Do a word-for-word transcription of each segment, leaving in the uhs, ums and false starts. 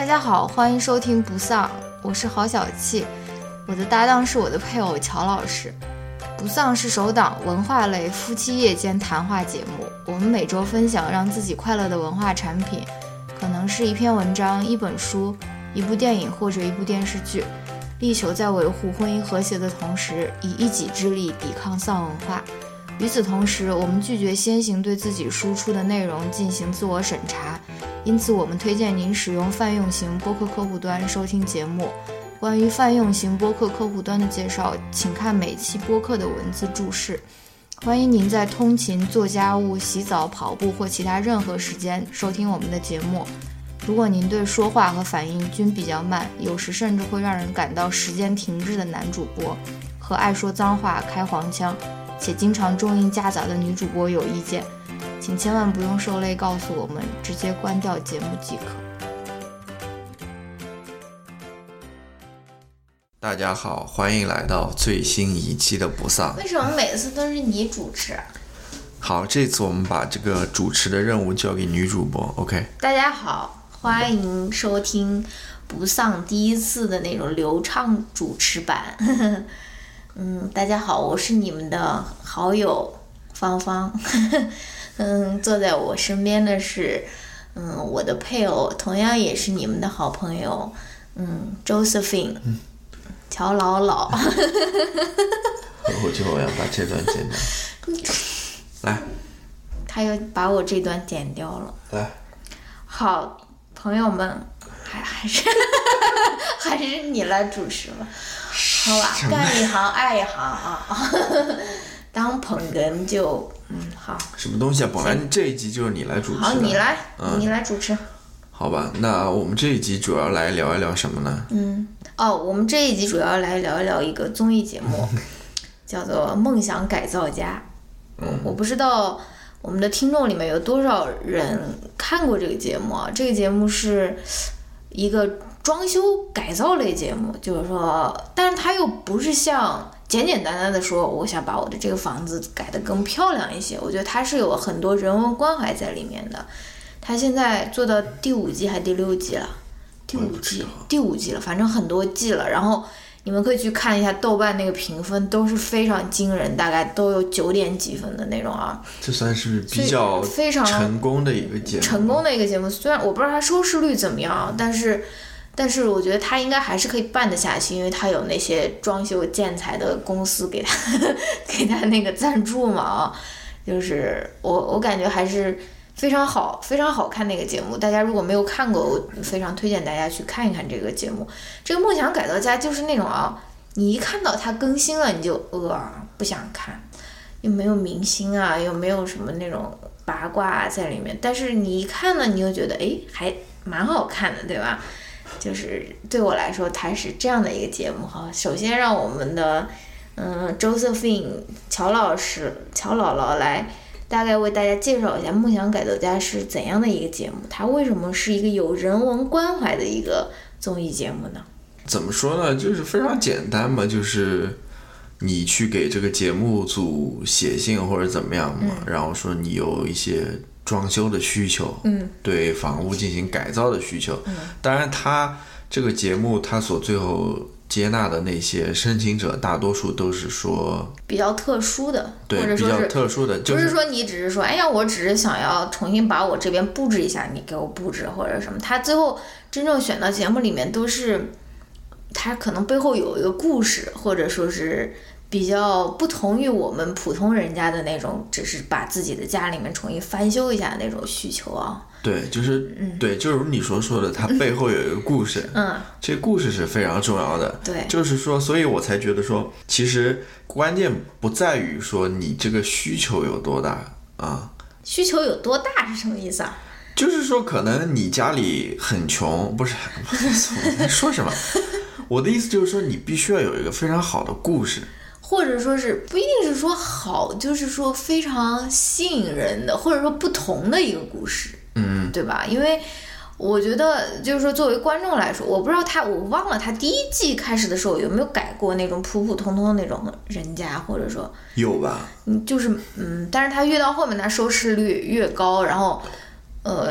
家好，欢迎收听不丧，我是郝小气，我的搭档是我的配偶乔老师。不丧是首档文化类夫妻夜间谈话节目，我们每周分享让自己快乐的文化产品，可能是一篇文章、一本书、一部电影或者一部电视剧，力求在维护婚姻和谐的同时，以一己之力抵抗丧文化。与此同时，我们拒绝先行对自己输出的内容进行自我审查，因此我们推荐您使用泛用型播客客户端收听节目。关于泛用型播客客户端的介绍，请看每期播客的文字注释。欢迎您在通勤、做家务、洗澡、跑步或其他任何时间收听我们的节目。如果您对说话和反应均比较慢，有时甚至会让人感到时间停滞的男主播，和爱说脏话、开黄腔且经常重音夹杂的女主播有意见，请千万不用受累告诉我们，直接关掉节目即可。 大家好，欢迎来到最新一期的不丧。 为什么每次都是你主持？ 好，这次我们把这个主持的任务交给女主播 OK。 大家好，欢迎收听不丧第一次的那种流畅主持版嗯，大家好，我是你们的好友芳芳嗯，坐在我身边的是嗯我的配偶，同样也是你们的好朋友嗯 Josephine、嗯、乔老老我就要把这段剪掉来， 他又把我这段剪掉了。 来， 好朋友们，还还是还是你来主持吧，好吧，干一行爱一行啊当捧哏就嗯好。 什么东西啊？本来这一集就是你来主持的。 好，你来、 嗯、 你来主持。 好吧，那我们这一集主要来聊一聊什么呢？ 嗯，哦，我们这一集主要来聊一聊一个综艺节目叫做《梦想改造家》。嗯，我不知道我们的听众里面有多少人看过这个节目啊？这个节目是一个装修改造类节目，就是说，但是它又不是像简简单单的说我想把我的这个房子改得更漂亮一些，我觉得它是有很多人文关怀在里面的。它现在做到第五季还是第六季了？第五季，第五季了，反正很多季了。然后你们可以去看一下豆瓣那个评分，都是非常惊人，大概都有九点几分的那种啊。 这算是比较非常成功的一个节目。 成功的一个节目，虽然我不知道它收视率怎么样，但是。但是我觉得他应该还是可以办得下去，因为他有那些装修建材的公司给他给他那个赞助嘛啊，就是我我感觉还是非常好非常好看那个节目。大家如果没有看过，我非常推荐大家去看一看这个节目。这个梦想改造家就是那种啊，你一看到它更新了你就呃不想看，又没有明星啊，又没有什么那种八卦在里面，但是你一看呢，你又觉得哎还蛮好看的，对吧？就是对我来说它是这样的一个节目哈。首先让我们的嗯 Josephine 乔老师乔姥姥来大概为大家介绍一下梦想改造家是怎样的一个节目，它为什么是一个有人文关怀的一个综艺节目呢？ 怎么说呢，就是非常简单嘛，就是你去给这个节目组写信或者怎么样嘛、嗯、然后说你有一些装修的需求，嗯，对房屋进行改造的需求，嗯，当然他这个节目他所最后接纳的那些申请者大多数都是说比较特殊的， 对， 或者说是比较特殊的，就是、 不是说你只是说哎呀我只是想要重新把我这边布置一下，你给我布置或者什么，他最后真正选到节目里面都是他可能背后有一个故事，或者说是比较不同于我们普通人家的那种只是把自己的家里面重新翻修一下的那种需求啊。 对，就是、嗯、对，就是如你所说的它背后有一个故事，嗯，这个故事是非常重要的。 对， 就是说所以我才觉得说其实关键不在于说你这个需求有多大啊。 需求有多大是什么意思啊？ 就是说可能你家里很穷，不是我在说什么我的意思就是说你必须要有一个非常好的故事， 或者说是不一定是说好，就是说非常吸引人的，或者说不同的一个故事，嗯，对吧？因为我觉得就是说作为观众来说，我不知道他，我忘了他第一季开始的时候有没有改过那种普普通通的那种人家，或者说有吧？ 嗯，就是嗯，但是他越到后面他收视率越高，然后呃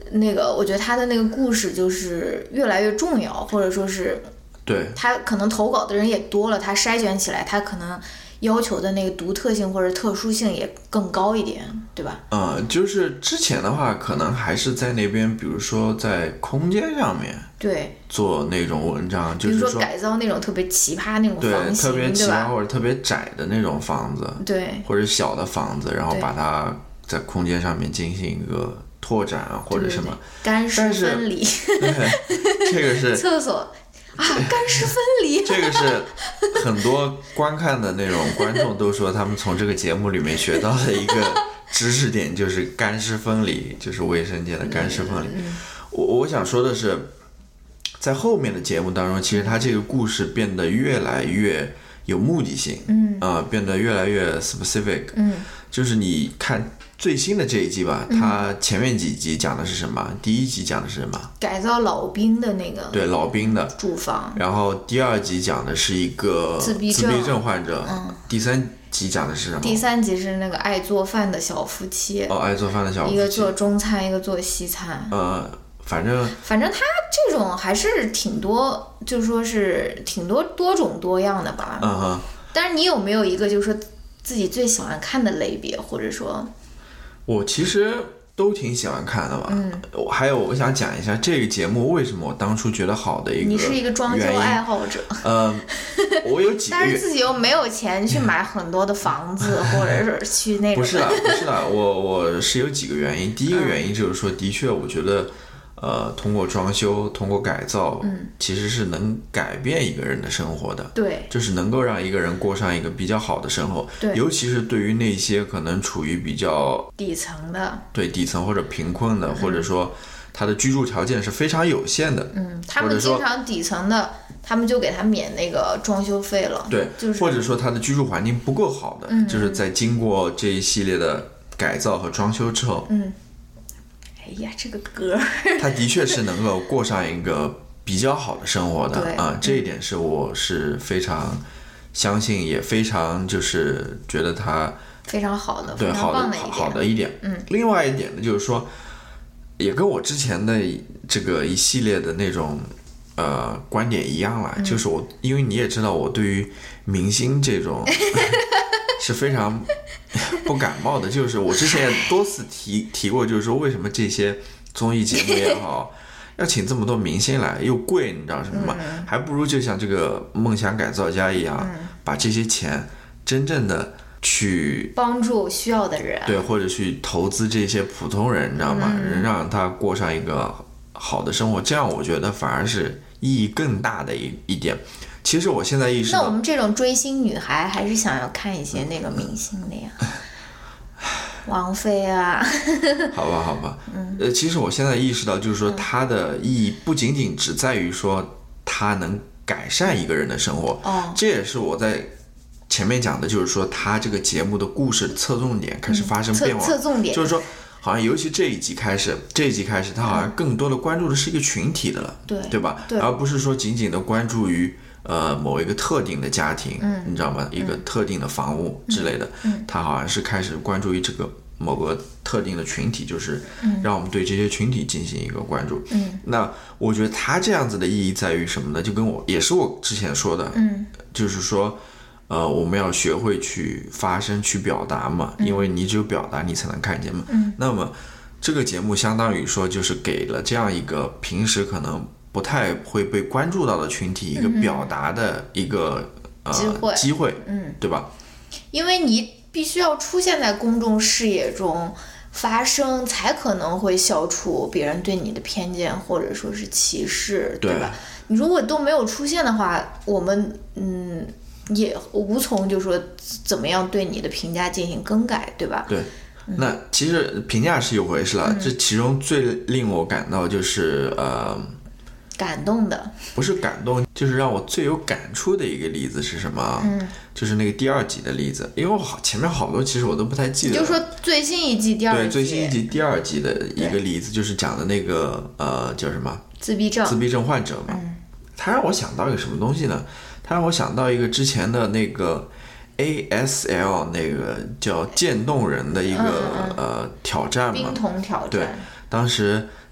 那个我觉得他的那个故事就是越来越重要，或者说是对他可能投稿的人也多了，他筛选起来他可能要求的那个独特性或者特殊性也更高一点，对吧？ 嗯，就是之前的话可能还是在那边比如说在空间上面对做那种文章，就是比如说改造那种特别奇葩那种对房型， 特别奇对吧？ 葩或者特别窄的那种房子， 对， 或者小的房子，然后把它在空间上面进行一个拓展啊或者什么干湿分离， 对，这个是厕所啊，干湿分离， 这个是很多观看的那种观众都说他们从这个节目里面学到的一个知识点，就是干湿分离，就是卫生间的干湿分离。 嗯嗯、 我我想说的是，在后面的节目当中，其实它这个故事变得越来越有目的性， 嗯啊、呃，变得越来越 specific， 嗯， 就是你看最新的这一季吧，它前面几集讲的是什么？第一集讲的是什么？ 改造老兵的那个对老兵的住房。 然后第二集讲的是一个自闭症自闭症患者。 嗯。 第三集讲的是什么？ 第三集是那个爱做饭的小夫妻。 哦，爱做饭的小夫妻。 一个做中餐，一个做西餐。 呃，反正反正他这种还是挺多，就说是挺多多种多样的吧。 嗯哼。 但是你有没有一个就是说自己最喜欢看的类别，或者说？ 我其实都挺喜欢看的吧。 嗯， 我还有我想讲一下这个节目为什么我当初觉得好的一个原因。 你是一个装修爱好者。 呃，我有几个但是自己又没有钱去买很多的房子，或者是去那种。 不是啦，不是啦，我我是有几个原因。第一个原因就是说，的确，我觉得。呃，通过装修，通过改造， 嗯， 其实是能改变一个人的生活的。 对， 就是能够让一个人过上一个比较好的生活。 对， 尤其是对于那些可能处于比较底层的， 对底层或者贫困的，嗯、或者说他的居住条件是非常有限的。 嗯，他们经常底层的，他们就给他免那个装修费了。 对， 就是或者说他的居住环境不够好的， 嗯、 就是在经过这一系列的改造和装修之后， 嗯。哎呀，这个歌他的确是能够过上一个比较好的生活的啊、呃，这一点是我是非常相信，也非常就是觉得他非常好的， 对，好的好的一点。 嗯， 另外一点呢，就是说，也跟我之前的这个一系列的那种呃观点一样啦， 嗯、 就是我因为你也知道，我对于明星这种是非常。不感冒的，就是我之前也多次提提过，就是说为什么这些综艺节目也好，要请这么多明星来，又贵，你知道什么吗？ 嗯、 还不如就像这个梦想改造家一样， 嗯、 把这些钱真正的去帮助需要的人， 对，或者去投资这些普通人，你知道吗？嗯、让他过上一个好的生活，这样我觉得反而是意义更大的一一点。其实我现在意识到， 那我们这种追星女孩还是想要看一些那个明星的呀，王菲啊。 好吧，好吧， 嗯， 呃，其实我现在意识到，就是说它的意义不仅仅只在于说它能改善一个人的生活， 哦， 这也是我在前面讲的，就是说它这个节目的故事侧重点开始发生变化， 嗯、侧, 侧重点就是说。好像尤其这一集开始，这一集开始，他好像更多的关注的是一个群体的了， 对对吧？ 对， 而不是说仅仅的关注于呃某一个特定的家庭， 嗯， 你知道吗？一个特定的房屋之类的， 嗯， 他好像是开始关注于这个某个特定的群体，就是让我们对这些群体进行一个关注。 嗯， 那我觉得他这样子的意义在于什么呢？就跟我也是我之前说的， 嗯， 就是说。呃，我们要学会去发声、去表达嘛，因为你只有表达，你才能看见嘛。 嗯， 那么这个节目相当于说，就是给了这样一个平时可能不太会被关注到的群体一个表达的一个、 嗯、呃机会， 机会， 嗯， 对吧？ 因为你必须要出现在公众视野中发声，才可能会消除别人对你的偏见或者说是歧视，对吧？你如果都没有出现的话，我们嗯。也无从就说怎么样对你的评价进行更改，对吧？ 对，那其实评价是一回事了，嗯、这其中最令我感到就是呃， 感动的， 不是感动，就是让我最有感触的一个例子是什么？ 嗯， 就是那个第二集的例子，因为我好前面好多其实我都不太记得。 就是说最新一季第二集， 对，最新一集第二集的一个例子，就是讲的那个呃叫什么？ 自闭症， 自闭症患者嘛。 嗯， 他让我想到一个什么东西呢？他让我想到一个之前的那个 A S L 那个叫渐冻人的一个、 嗯嗯嗯、 呃挑战嘛， 冰桶挑战。 对，当时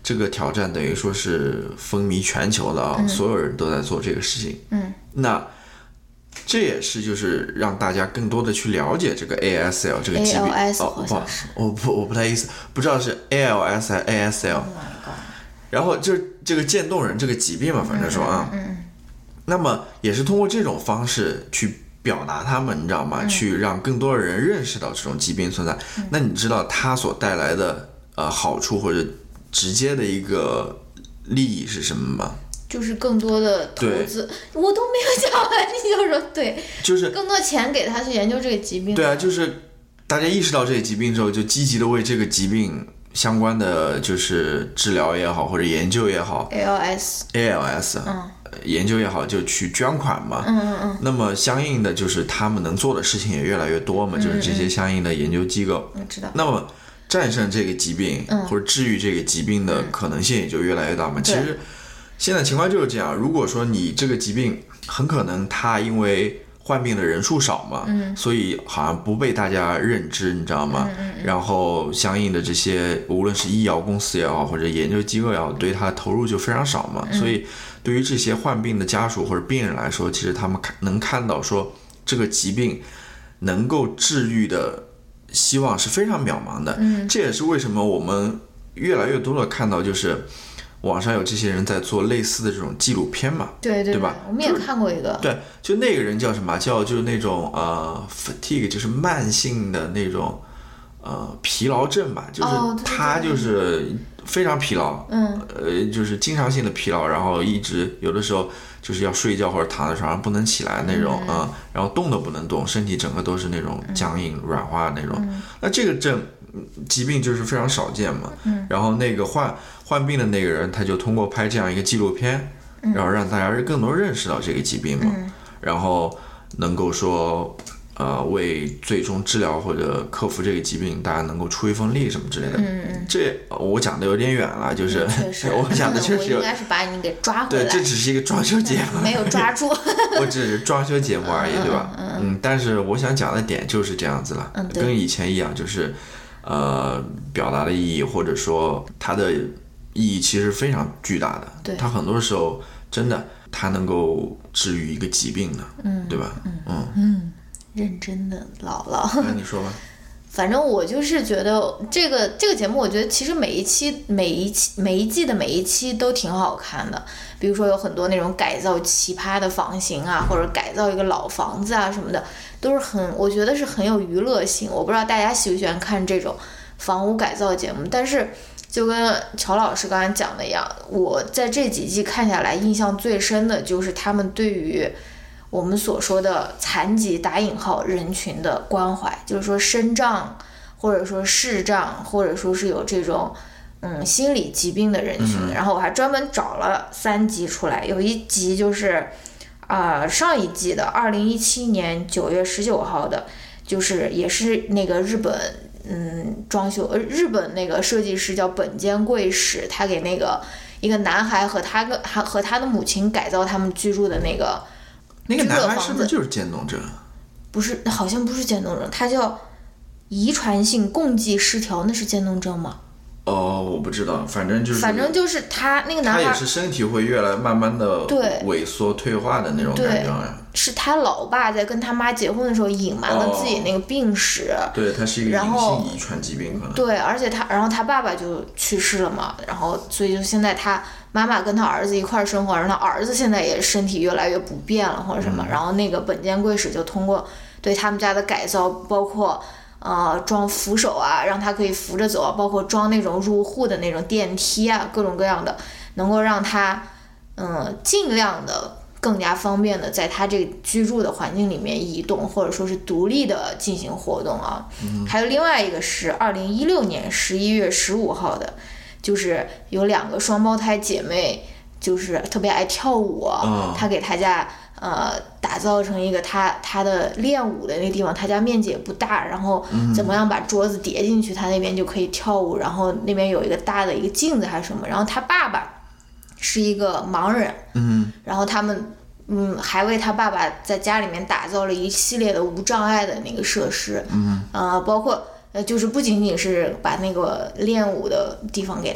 这个挑战等于说是风靡全球的啊，嗯、所有人都在做这个事情。 嗯， 那这也是就是让大家更多的去了解这个 A S L 这个疾病。 A L S 哦， 好像是， 我不我不太意思，不知道是 A L S 还是 A S L。 Oh my god！ 然后就这个渐冻人这个疾病嘛，反正说啊， 嗯嗯嗯、 那么也是通过这种方式去表达他们，你知道吗？ 嗯、 去让更多的人认识到这种疾病存在。 嗯、 那你知道它所带来的呃好处或者直接的一个利益是什么吗？ 就是更多的投资，我都没有讲完你就说对， 就是更多钱给他去研究这个疾病。 对啊，就是大家意识到这个疾病之后，就积极的为这个疾病相关的就是治疗也好或者研究也好 ，A L S A L S 嗯。 研究也好，就去捐款嘛。 嗯嗯嗯。 那么相应的就是他们能做的事情也越来越多嘛， 嗯嗯就是这些相应的研究机构。 我知道。 那么战胜这个疾病、 嗯、 或者治愈这个疾病的可能性也就越来越大嘛。 嗯、 其实现在情况就是这样，如果说你这个疾病很可能它因为患病的人数少嘛， 嗯、 所以好像不被大家认知，你知道吗？ 嗯嗯嗯、 然后相应的这些无论是医药公司也好或者研究机构也好，对它投入就非常少嘛， 嗯、 所以对于这些患病的家属或者病人来说，其实他们能看到说这个疾病能够治愈的希望是非常渺茫的。 嗯， 这也是为什么我们越来越多的看到就是网上有这些人在做类似的这种纪录片嘛， 对 对, 对吧？ 我们也看过一个， 对，就那个人叫什么？叫就是那种呃 fatigue， 就是慢性的那种呃疲劳症吧，就是他就是非常疲劳， 嗯， 呃，就是经常性的疲劳，然后一直有的时候就是要睡觉或者躺在床上不能起来那种啊、 嗯呃，然后动都不能动，身体整个都是那种僵硬、嗯、软化那种。 嗯、 那这个症疾病就是非常少见嘛， 嗯， 然后那个患患病的那个人，他就通过拍这样一个纪录片， 嗯、 然后让大家更多认识到这个疾病嘛， 嗯、 然后能够说。呃，为最终治疗或者克服这个疾病，大家能够出一份力什么之类的。 嗯嗯。 这我讲的有点远了，就是、 嗯、 我讲的确实有。 我应该是把你给抓回来。 对，这只是一个装修节目。 没有抓住。 我只是装修节目而已， 嗯、 对吧？ 嗯, 嗯。但是我想讲的点就是这样子了， 嗯、 跟以前一样，就是呃，表达的意义或者说它的意义其实非常巨大的。 对。 它很多时候真的，它能够治愈一个疾病的， 嗯， 对吧？ 嗯嗯。 嗯认真的姥姥， 那你说吧。 反正我就是觉得这个这个节目，我觉得其实每一期每一期每一季的每一期都挺好看的。比如说有很多那种改造奇葩的房型啊，或者改造一个老房子啊什么的，都是很我觉得是很有娱乐性。我不知道大家喜不喜欢看这种房屋改造节目，但是就跟乔老师刚才讲的一样，我在这几季看下来，印象最深的就是他们对于我们所说的残疾打引号人群的关怀，就是说身障或者说视障或者说是有这种嗯心理疾病的人群、嗯、然后我还专门找了三集出来，有一集就是啊、呃、上一季的二零一七年九月十九号的，就是也是那个日本嗯装修呃日本那个设计师叫本间贵史，他给那个一个男孩和他个和他的母亲改造他们居住的那个那个男孩是不是就是渐冻症？ 不是，好像不是渐冻症，他叫遗传性共济失调，那是渐冻症吗？ 哦，我不知道，反正就是反正就是他那个男孩， 他也是身体会越来慢慢的萎缩退化的那种感觉呀。 是他老爸在跟他妈结婚的时候隐瞒了自己那个病史， 哦、对，他是一个隐性遗传疾病可能。 对，而且他，然后他爸爸就去世了嘛，然后所以就现在他妈妈跟他儿子一块生活，然后他儿子现在也身体越来越不便了或者什么，嗯、然后那个本间贵史就通过对他们家的改造，包括呃装扶手啊，让他可以扶着走啊，包括装那种入户的那种电梯啊，各种各样的，能够让他嗯、呃、尽量的更加方便的在他这个居住的环境里面移动，或者说是独立的进行活动啊。 嗯、 还有另外一个是二零一六年十一月十五号的，就是有两个双胞胎姐妹，就是特别爱跳舞， 哦、 他给他家呃打造成一个他他的练舞的那个地方，他家面积也不大，然后怎么样把桌子叠进去，他那边就可以跳舞，然后那边有一个大的一个镜子还是什么，然后他爸爸是一个盲人， 嗯， 然后他们嗯还为他爸爸在家里面打造了一系列的无障碍的那个设施， 嗯， 呃，包括呃就是不仅仅是把那个练舞的地方给他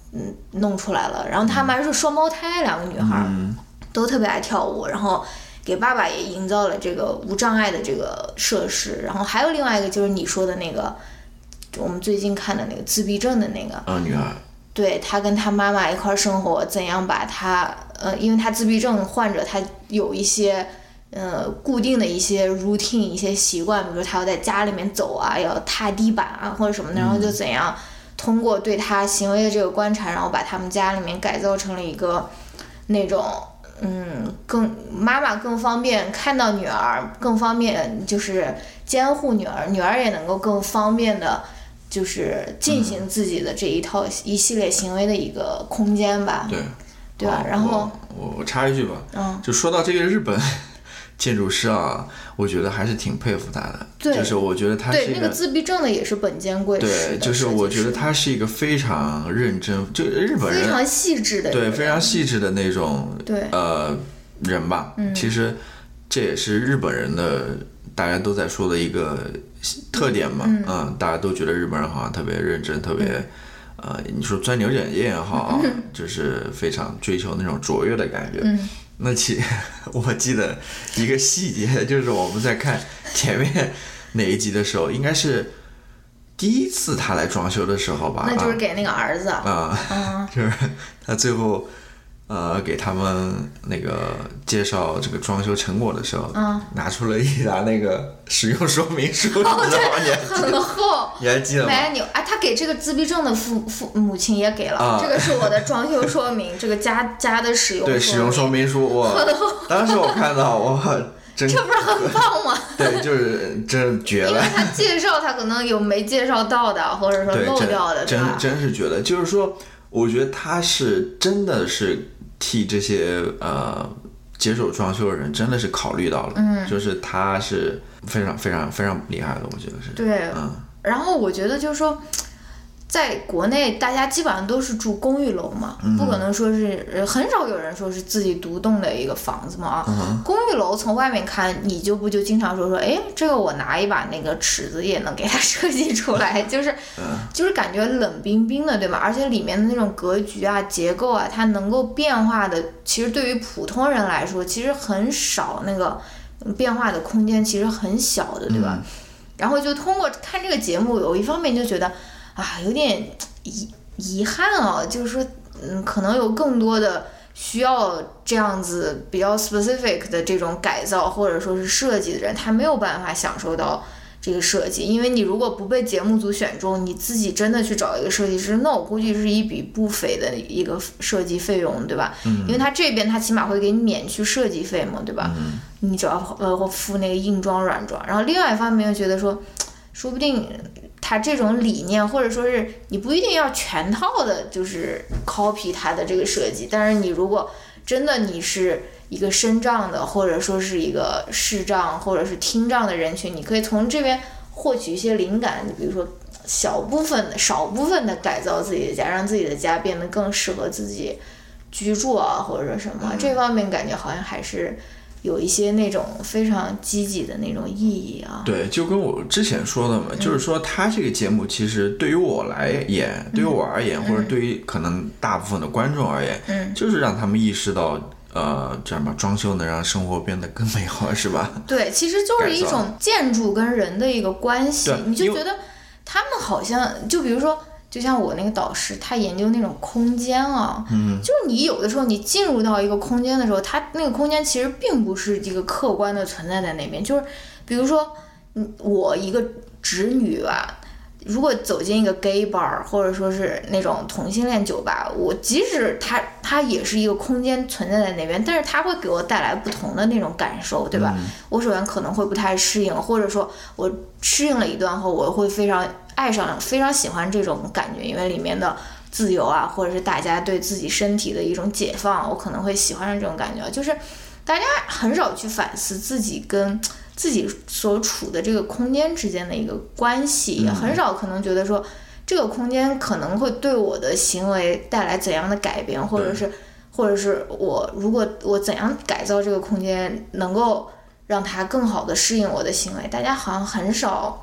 嗯弄出来了。然后他们还是双胞胎，两个女孩、 嗯、 都特别爱跳舞，然后给爸爸也营造了这个无障碍的这个设施。然后还有另外一个就是你说的那个我们最近看的那个自闭症的那个啊女孩， 对，他跟他妈妈一块生活，怎样把他呃，因为他自闭症患者，他有一些呃固定的一些 routine 一些习惯，比如说他要在家里面走啊，要踏地板啊或者什么的，然后就怎样通过对他行为的这个观察，然后把他们家里面改造成了一个那种嗯更妈妈更方便看到女儿，更方便就是监护女儿，女儿也能够更方便的就是进行自己的这一套一系列行为的一个空间吧。 对， 对吧？然后我我插一句吧， 嗯， 就说到这个日本建筑师啊，我觉得还是挺佩服他的。 对， 就是我觉得他是一个对那个自闭症的也是本间贵士的， 对，就是我觉得他是一个非常认真，就日本人非常细致的， 对，非常细致的那种对呃人吧。 嗯， 其实这也是日本人的大家都在说的一个特点嘛， 嗯， 嗯，大家都觉得日本人好像特别认真，特别。嗯呃，你说钻牛角尖也好，嗯、就是非常追求那种卓越的感觉。 嗯， 那其我记得一个细节，就是我们在看前面哪一集的时候，应该是第一次他来装修的时候吧？ 那就是给那个儿子啊， 嗯、 就是他最后呃给他们那个介绍这个装修成果的时候， 嗯， 拿出了一沓那个使用说明书， 哦、 你知道吗？你很厚， 你还记得吗？ 没有啊，他给这个自闭症的父父母亲也给了、 啊， 这个是我的装修说明，这个家家的使用对使用说明书，我当时我看到我真这不是很棒吗？ 对，就是真绝了。 因为他介绍他可能有没介绍到的，或者说漏掉的， 对，真真是绝了。就是说，我觉得他是真的是替这些呃接手装修的人真的是考虑到了， 嗯， 就是他是非常非常非常厉害的，我觉得是。 对， 嗯。 然后我觉得就是说，在国内大家基本上都是住公寓楼嘛， 嗯、 不可能说是很少有人说是自己独栋的一个房子嘛啊。 嗯、 公寓楼从外面看，你就不就经常说说，哎，这个我拿一把那个尺子也能给它设计出来，就是、 嗯、 就是感觉冷冰冰的，对吗？而且里面的那种格局啊、结构啊，它能够变化的，其实对于普通人来说，其实很少那个变化的空间，其实很小的，对吧？ 嗯， 然后就通过看这个节目，有一方面就觉得啊，有点遗遗憾啊，就是说，嗯，可能有更多的需要这样子比较 specific 的这种改造或者说是设计的人，他没有办法享受到这个设计。因为你如果不被节目组选中，你自己真的去找一个设计师，那我估计是一笔不菲的一个设计费用，对吧？ 嗯， 因为他这边他起码会给你免去设计费嘛，对吧？ 嗯， 你只要呃付那个硬装软装。然后另外一方面又觉得说，说不定他这种理念或者说是你不一定要全套的就是 copy 他的这个设计，但是你如果真的你是一个身障的或者说是一个视障或者是听障的人群，你可以从这边获取一些灵感，你比如说小部分的少部分的改造自己的家，让自己的家变得更适合自己居住啊或者什么，这方面感觉好像还是有一些那种非常积极的那种意义啊。 对，就跟我之前说的嘛，嗯、就是说他这个节目其实对于我来言，嗯、对于我而言，嗯、或者对于可能大部分的观众而言， 嗯， 就是让他们意识到，呃，这样吧，装修能让生活变得更美好，是吧？ 对，其实就是一种建筑跟人的一个关系，你就觉得他们好像，就比如说。就像我那个导师，他研究那种空间啊， 嗯， 就是你有的时候你进入到一个空间的时候，它那个空间其实并不是一个客观的存在在那边。就是比如说，嗯，我一个直女吧，如果走进一个 gay bar 或者说是那种同性恋酒吧，我即使它它也是一个空间存在在那边，但是它会给我带来不同的那种感受，对吧？ 嗯、 我首先可能会不太适应，或者说我适应了一段后，我会非常。爱上非常喜欢这种感觉，因为里面的自由啊，或者是大家对自己身体的一种解放，我可能会喜欢上这种感觉。就是大家很少去反思自己跟自己所处的这个空间之间的一个关系，也很少可能觉得说这个空间可能会对我的行为带来怎样的改变，或者是或者是我如果我怎样改造这个空间能够让它更好的适应我的行为，大家好像很少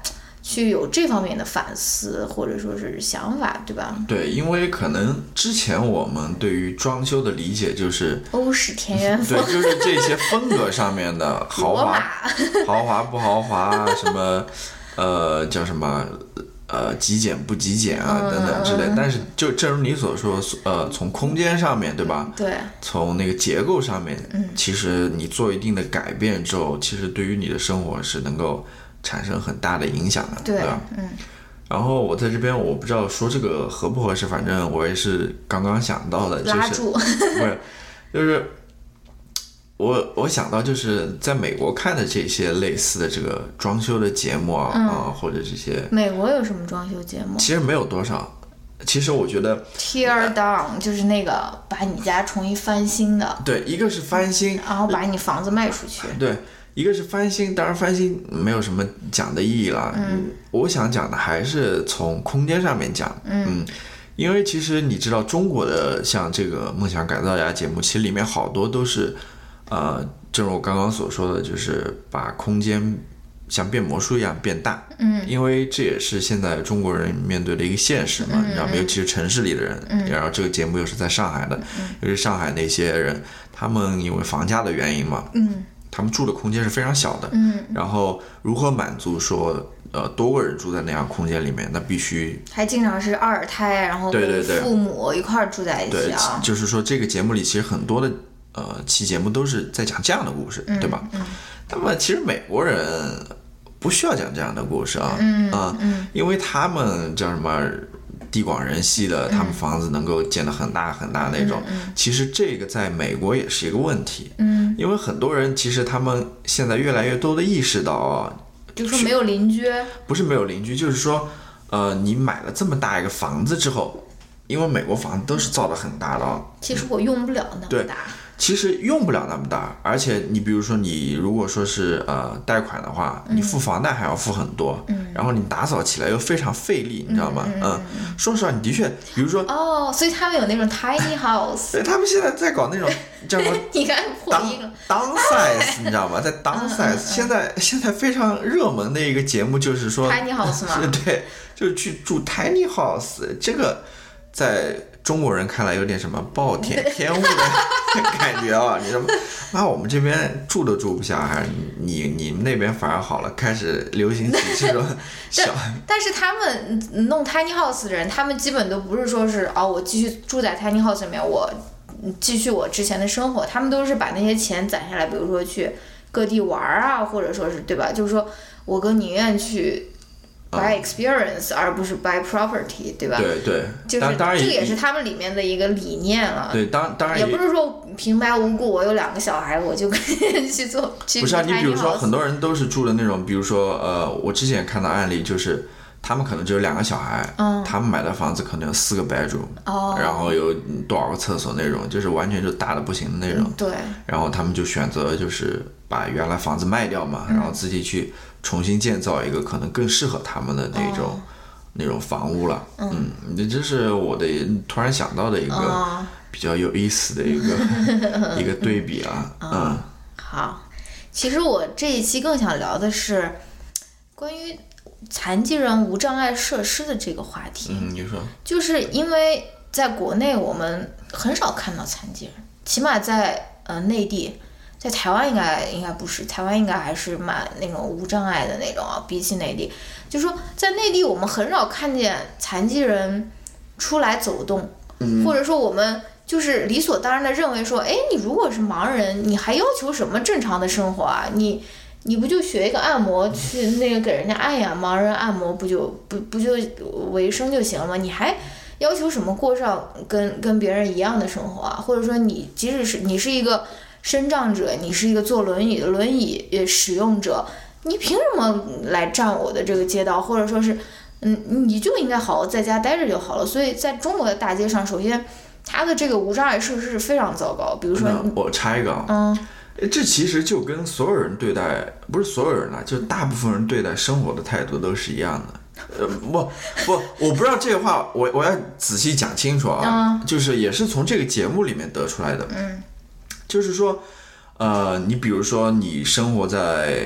去有这方面的反思或者说是想法，对吧？ 对，因为可能之前我们对于装修的理解就是欧式田园风， 对，就是这些风格上面的豪华豪华不豪华，什么呃叫什么呃极简不极简啊、嗯、等等之类。但是就正如你所说，呃从空间上面，对吧？ 对，从那个结构上面，嗯，其实你做一定的改变之后，其实对于你的生活是能够产生很大的影响的， 对， 对吧？ 嗯。 然后我在这边，我不知道说这个合不合适，反正我也是刚刚想到的，就是拉住， 不是，就是我我想到就是在美国看的这些类似的这个装修的节目啊、嗯、啊，或者这些。 美国有什么装修节目？ 其实没有多少。其实我觉得 tear down 就是那个把你家重新翻新的。 对，一个是翻新， 然后把你房子卖出去。 对。一个是翻新，当然翻新没有什么讲的意义了。 嗯， 我想讲的还是从空间上面讲。 嗯, 嗯，因为其实你知道中国的像这个梦想改造家节目，其实里面好多都是，呃，正如我刚刚所说的，就是把空间像变魔术一样变大。 嗯， 因为这也是现在中国人面对的一个现实嘛， 嗯、 你知道吗？尤其是城市里的人。 嗯， 然后这个节目又是在上海的， 嗯、 尤其是上海那些人，他们因为房价的原因嘛。 嗯。 他们住的空间是非常小的， 嗯， 然后如何满足说，呃，多个人住在那样空间里面，那必须还经常是二胎，然后跟父母一块住在一起啊。 对，就是说这个节目里其实很多的呃期节目都是在讲这样的故事， 嗯、 对吧？ 嗯。 那么其实美国人不需要讲这样的故事啊， 嗯啊、 嗯， 因为他们叫什么？地广人稀的，他们房子能够建得很大很大那种、 嗯嗯、 其实这个在美国也是一个问题， 嗯， 因为很多人其实他们现在越来越多的意识到， 就是说没有邻居， 不是没有邻居，就是说呃，你买了这么大一个房子之后，因为美国房子都是造得很大的， 其实我用不了那么大， 对，其实用不了那么大，而且你比如说你如果说是呃贷款的话，你付房贷还要付很多， 嗯， 然后你打扫起来又非常费力，你知道吗？ 嗯， 嗯嗯说实话，你的确，比如说哦，所以他们有那种 tiny house， 对，他们现在在搞那种叫什么？ 你看破音了 downsize， 你知道吗？在 downsize， 现在现在非常热门的一个节目就是说 tiny house 吗？ 对，就是去住 tiny house， 这个在中国人看来有点什么暴殄天物的感觉啊！你知道吗？啊，我们这边住都住不下，还是你你们那边反而好了，开始流行起这种小。 但是他们弄 tiny house 的人，他们基本都不是说是哦，我继续住在 tiny house 里面，我继续我之前的生活，他们都是把那些钱攒下来，比如说去各地玩啊，或者说是对吧？就是说我更宁愿去。buy experience、嗯、而不是 buy property， 对吧？ 对对， 就是当然这个也是他们里面的一个理念了。 对，当当然也, 也不是说平白无故我有两个小孩我就可以去做去不是啊，你比如说很多人都是住的那种，比如说呃，我之前看到案例就是他们可能只有两个小孩， 嗯， 他们买的房子可能有四个 bedroom， 哦， 然后有多少个厕所那种，就是完全就大的不行的那种。 嗯、对。 然后他们就选择就是把原来房子卖掉嘛，嗯、然后自己去重新建造一个可能更适合他们的那种、哦、那种房屋了。 嗯， 嗯，这是我的突然想到的一个比较有意思的一个、哦、一个对比啊。嗯， 嗯好，其实我这一期更想聊的是关于残疾人无障碍设施的这个话题。 嗯，你说， 就是因为在国内我们很少看到残疾人，起码在呃内地，在台湾应该应该不是，台湾应该还是蛮那种无障碍的那种啊。比起内地，就是说在内地我们很少看见残疾人出来走动， 嗯、 或者说我们就是理所当然的认为说，哎，你如果是盲人，你还要求什么正常的生活啊？你你不就学一个按摩去那个给人家按呀，盲人按摩不就不不就维生就行了吗？你还要求什么过上跟跟别人一样的生活啊？或者说你即使是你是一个身障者，你是一个坐轮椅的轮椅使用者，你凭什么来占我的这个街道？或者说是嗯，你就应该好好在家待着就好了。所以在中国的大街上，首先它的这个无障碍设施是非常糟糕。比如说我插一个啊， 嗯。 这其实就跟所有人对待，不是所有人啦，就大部分人对待生活的态度都是一样的。呃，不不，我不知道这个话，我我要仔细讲清楚啊， 嗯、 就是也是从这个节目里面得出来的。 嗯， 就是说，呃，你比如说你生活在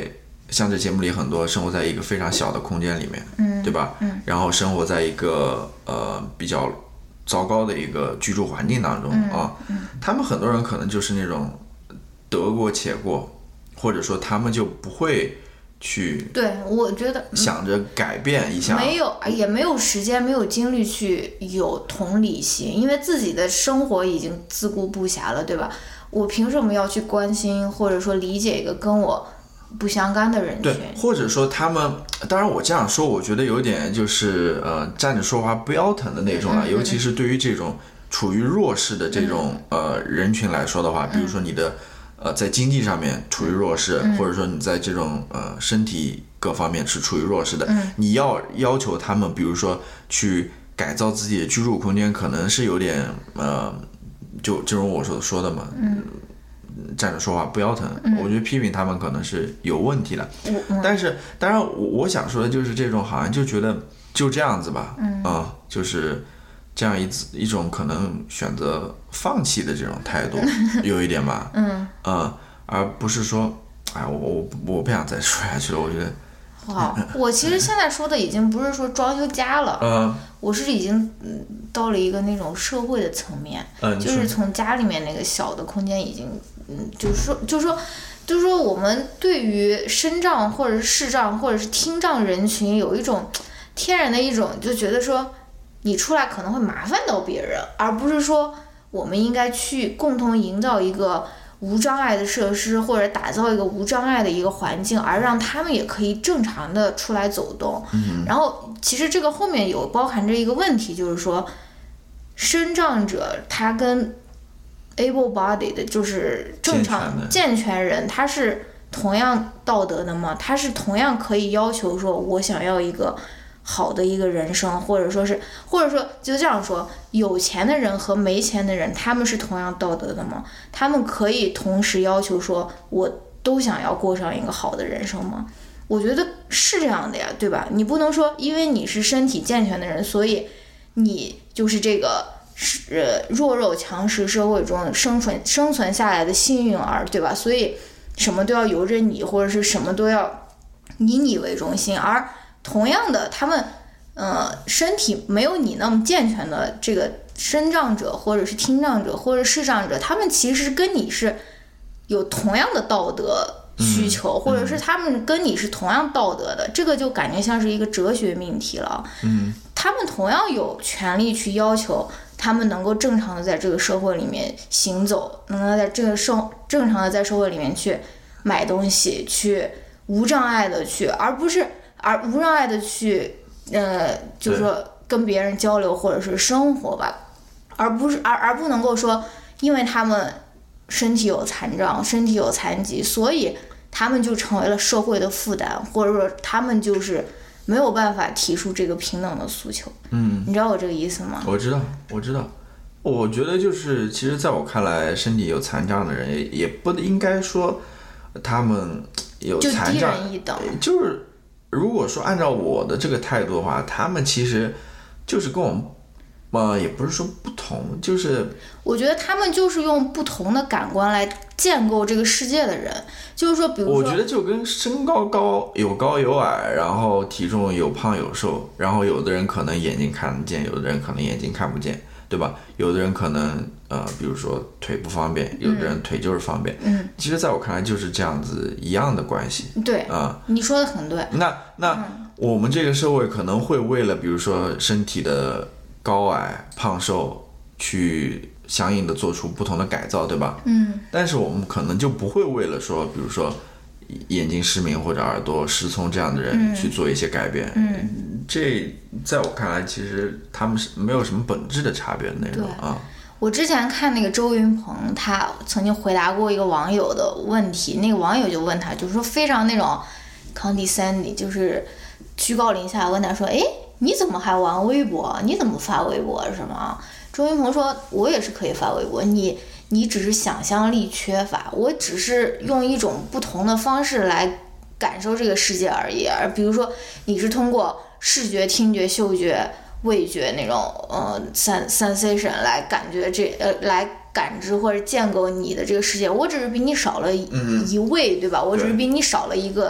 像这节目里很多生活在一个非常小的空间里面， 嗯， 对吧？ 嗯， 然后生活在一个呃比较糟糕的一个居住环境当中、 嗯、 啊、 嗯， 他们很多人可能就是那种得过且过，或者说他们就不会去， 对，我觉得想着改变一下， 没有，也没有时间，没有精力去有同理心，因为自己的生活已经自顾不暇了，对吧？我凭什么要去关心或者说理解一个跟我不相干的人群？ 对，或者说他们，当然我这样说，我觉得有点就是呃站着说话不腰疼的那种了、啊嗯嗯，尤其是对于这种处于弱势的这种、嗯、呃人群来说的话，比如说你的呃在经济上面处于弱势， 嗯、 或者说你在这种呃身体各方面是处于弱势的， 嗯、 你要要求他们，比如说去改造自己的居住空间，可能是有点呃。就正如我所说的嘛， 嗯， 站着说话不腰疼、 嗯， 我觉得批评他们可能是有问题的。 嗯、 但是当然我我想说的就是这种好像就觉得就这样子吧， 嗯啊、呃，就是这样一一种可能选择放弃的这种态度，有一点吧， 嗯， 呃，而不是说，哎，我我我不想再说下去了，我觉得。 好，我其实现在说的已经不是说装修家了， 嗯， 我是已经到了一个那种社会的层面， 嗯， 就是从家里面那个小的空间已经，嗯，就是说，就是说，就是说，我们对于身障或者是视障或者是听障人群有一种天然的一种就觉得说，你出来可能会麻烦到别人，而不是说我们应该去共同营造一个无障碍的设施，或者打造一个无障碍的一个环境，而让他们也可以正常的出来走动。 嗯， 然后其实这个后面有包含着一个问题，就是说身障者他跟 able bodied 的就是正常健全人，他是同样道德的吗？他是同样可以要求说我想要一个好的一个人生，或者说是或者说就这样说，有钱的人和没钱的人他们是同样道德的吗？他们可以同时要求说我都想要过上一个好的人生吗？我觉得是这样的呀，对吧？你不能说因为你是身体健全的人，所以你就是这个呃弱肉强食社会中生存生存下来的幸运儿，对吧？所以什么都要由着你，或者是什么都要以你为中心，而同样的，他们呃身体没有你那么健全的这个身障者，或者是听障者，或者视障者，他们其实跟你是有同样的道德需求， 嗯、 或者是他们跟你是同样道德的，嗯、这个就感觉像是一个哲学命题了。 嗯， 他们同样有权利去要求他们能够正常的在这个社会里面行走，能够在这个社正常的在社会里面去买东西，去无障碍的去，而不是。而无障碍的去，呃，就是说跟别人交流或者是生活吧，而不是而而不能够说，因为他们身体有残障、身体有残疾，所以他们就成为了社会的负担，或者说他们就是没有办法提出这个平等的诉求。 嗯， 你知道我这个意思吗？ 我知道，我知道。我觉得就是，其实在我看来，身体有残障的人也也不应该说他们有残障， 就低人一等， 就是。如果说按照我的这个态度的话，他们其实就是跟我们，呃，也不是说不同，就是我觉得他们就是用不同的感官来建构这个世界的人，就是说，比如说， 我觉得就跟身高高有高有矮，然后体重有胖有瘦，然后有的人可能眼睛看得见，有的人可能眼睛看不见，对吧？有的人可能呃，比如说腿不方便，有的人腿就是方便。 嗯， 其实在我看来就是这样子一样的关系。 对啊、 嗯，你说的很对。 那那、嗯、我们这个社会可能会为了比如说身体的高矮胖瘦去相应的做出不同的改造，对吧？ 嗯。 但是我们可能就不会为了说，比如说眼睛失明或者耳朵失聪这样的人去做一些改变。 嗯， 这在我看来，其实他们是没有什么本质的差别的那种啊。 我之前看那个周云鹏，他曾经回答过一个网友的问题，那个网友就问他，就是说非常那种 condescending， 就是居高临下问他说：“哎，你怎么还玩微博？你怎么发微博是吗？”周云鹏说：“我也是可以发微博，你你只是想象力缺乏，我只是用一种不同的方式来感受这个世界而已。而比如说，你是通过视觉、听觉、嗅觉。”味觉那种呃 sensation 来感觉这呃来感知或者建构你的这个世界，我只是比你少了一,、嗯、一味，对吧？我只是比你少了一个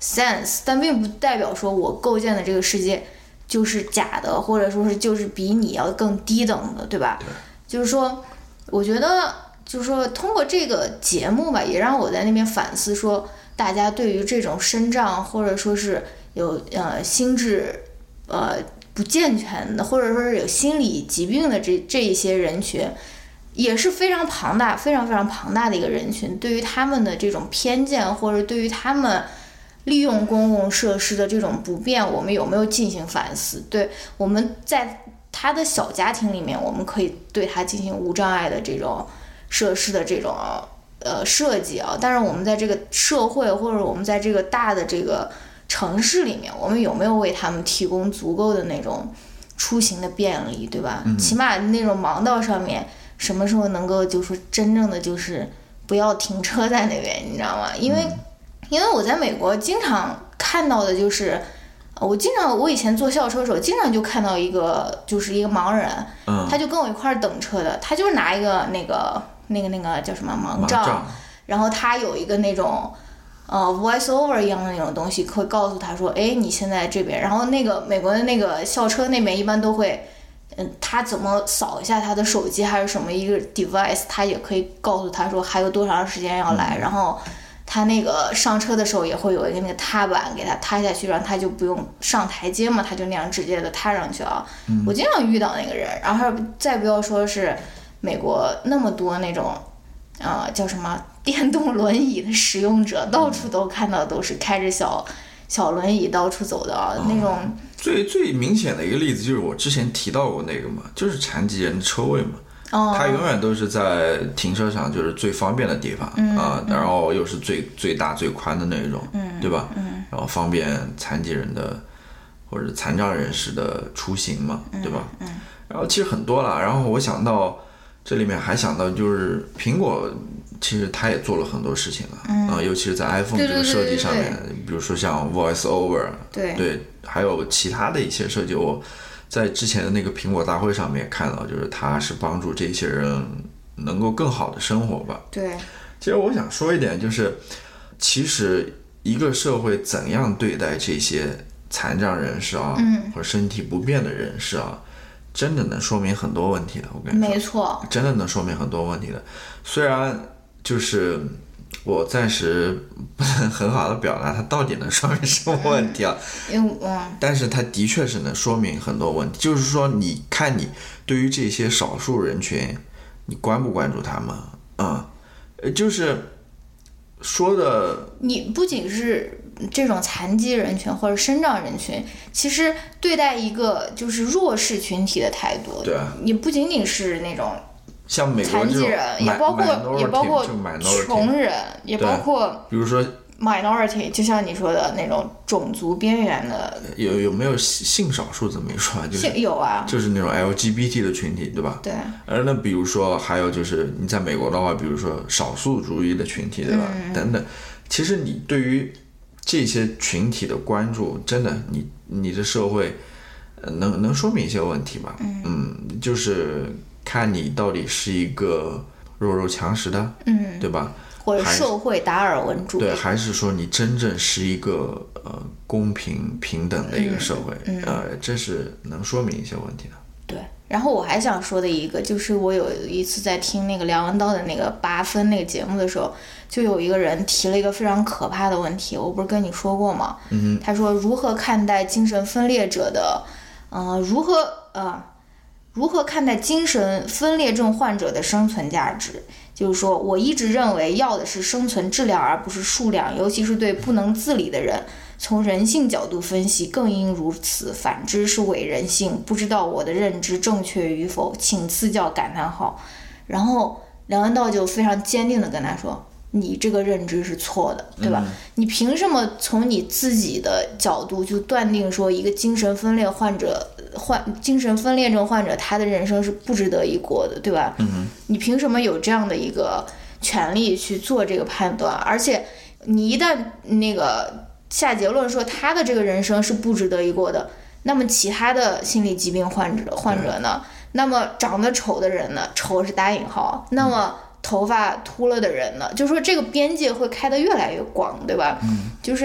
sense， 但并不代表说我构建的这个世界就是假的，或者说是就是比你要更低等的，对吧？ 对， 就是说我觉得就是说通过这个节目吧，也让我在那边反思说，大家对于这种身障或者说是有呃心智呃不健全的，或者说是有心理疾病的这这一些人群，也是非常庞大非常非常庞大的一个人群，对于他们的这种偏见，或者对于他们利用公共设施的这种不便，我们有没有进行反思？对，我们在他的小家庭里面，我们可以对他进行无障碍的这种设施的这种呃设计啊，但是我们在这个社会或者我们在这个大的这个城市里面，我们有没有为他们提供足够的那种出行的便利，对吧？ 嗯、 起码那种盲道上面，什么时候能够就是真正的就是不要停车在那边，你知道吗？因为、嗯、因为我在美国经常看到的就是，我经常我以前坐校车的时候，经常就看到一个就是一个盲人， 嗯、 他就跟我一块儿等车的，他就是拿一个那个那个那个叫什么盲杖，杖然后他有一个那种。呃 voice over 一样的那种东西会告诉他说，哎，你现在这边，然后那个美国的那个校车那边一般都会，嗯，他怎么扫一下他的手机还是什么一个 device， 他也可以告诉他说还有多长时间要来，嗯、然后他那个上车的时候也会有一个那个踏板给他踏下去，然后他就不用上台阶嘛，他就那样直接的踏上去啊。 嗯、 我经常遇到那个人，然后再不要说是美国那么多那种，呃，叫什么？电动轮椅的使用者到处都看到，都是开着小小轮椅到处走的、哦、那种。 最最明显的一个例子就是我之前提到过那个嘛，就是残疾人的车位嘛。哦。它永远都是在停车场就是最方便的地方、 嗯、 啊，然后又是最最大最宽的那种， 嗯、 对吧？ 嗯。 然后方便残疾人的或者残障人士的出行嘛，对吧？ 嗯。 然后其实很多了，然后我想到这里面还想到就是苹果。其实他也做了很多事情了， 嗯、 呃，尤其是在 iPhone 这个设计上面， 对对对对比如说像 Voice Over， 对对，还有其他的一些设计，我在之前的那个苹果大会上面看到，就是他是帮助这些人能够更好的生活吧。 对， 其实我想说一点，就是其实一个社会怎样对待这些残障人士啊， 嗯、 或者身体不便的人士啊。真的能说明很多问题的，我跟你说， 没错， 真的能说明很多问题的。虽然就是我暂时不能很好的表达它到底能说明什么问题啊， 嗯嗯， 但是它的确是能说明很多问题。就是说，你看你对于这些少数人群，你关不关注他们啊？嗯，就是说的， 你不仅是。这种残疾人群或者身障人群，其实对待一个就是弱势群体的态度， 对啊， 也不仅仅是那种像美国残疾人，也包括也包括穷人，也包括比如说 minority， 就像你说的那种种族边缘的。 有有没有性少数这么一说？就是有啊， 就是那种 L G B T 的群体，对吧？ 对。 而那比如说还有就是你在美国的话，比如说少数族裔的群体，对吧？ 嗯、 等等，其实你对于这些群体的关注，真的，你你的社会，呃、能能说明一些问题吧？ 嗯, 嗯，就是看你到底是一个弱肉强食的， 嗯， 对吧？ 或者社会达尔文主义， 对，还是说你真正是一个呃公平平等的一个社会？ 嗯嗯、 呃，这是能说明一些问题的。 对，然后我还想说的一个，就是我有一次在听那个梁文道的那个八分那个节目的时候，就有一个人提了一个非常可怕的问题，我不是跟你说过吗？ 嗯， 他说如何看待精神分裂者的，呃，如何呃，如何看待精神分裂症患者的生存价值？就是说我一直认为要的是生存质量而不是数量，尤其是对不能自理的人。从人性角度分析更应如此，反之是伪人性，不知道我的认知正确与否，请赐教感叹号。然后梁文道就非常坚定地跟他说，你这个认知是错的，对吧？ 嗯、 你凭什么从你自己的角度就断定说一个精神分裂患者患精神分裂症患者他的人生是不值得一过的，对吧？ 嗯、 你凭什么有这样的一个权利去做这个判断？而且你一旦那个下结论说他的这个人生是不值得一过的，那么其他的心理疾病患者患者呢？那么长得丑的人呢？丑是打引号。那么头发秃了的人呢？就说这个边界会开得越来越广，对吧？ 嗯， 就是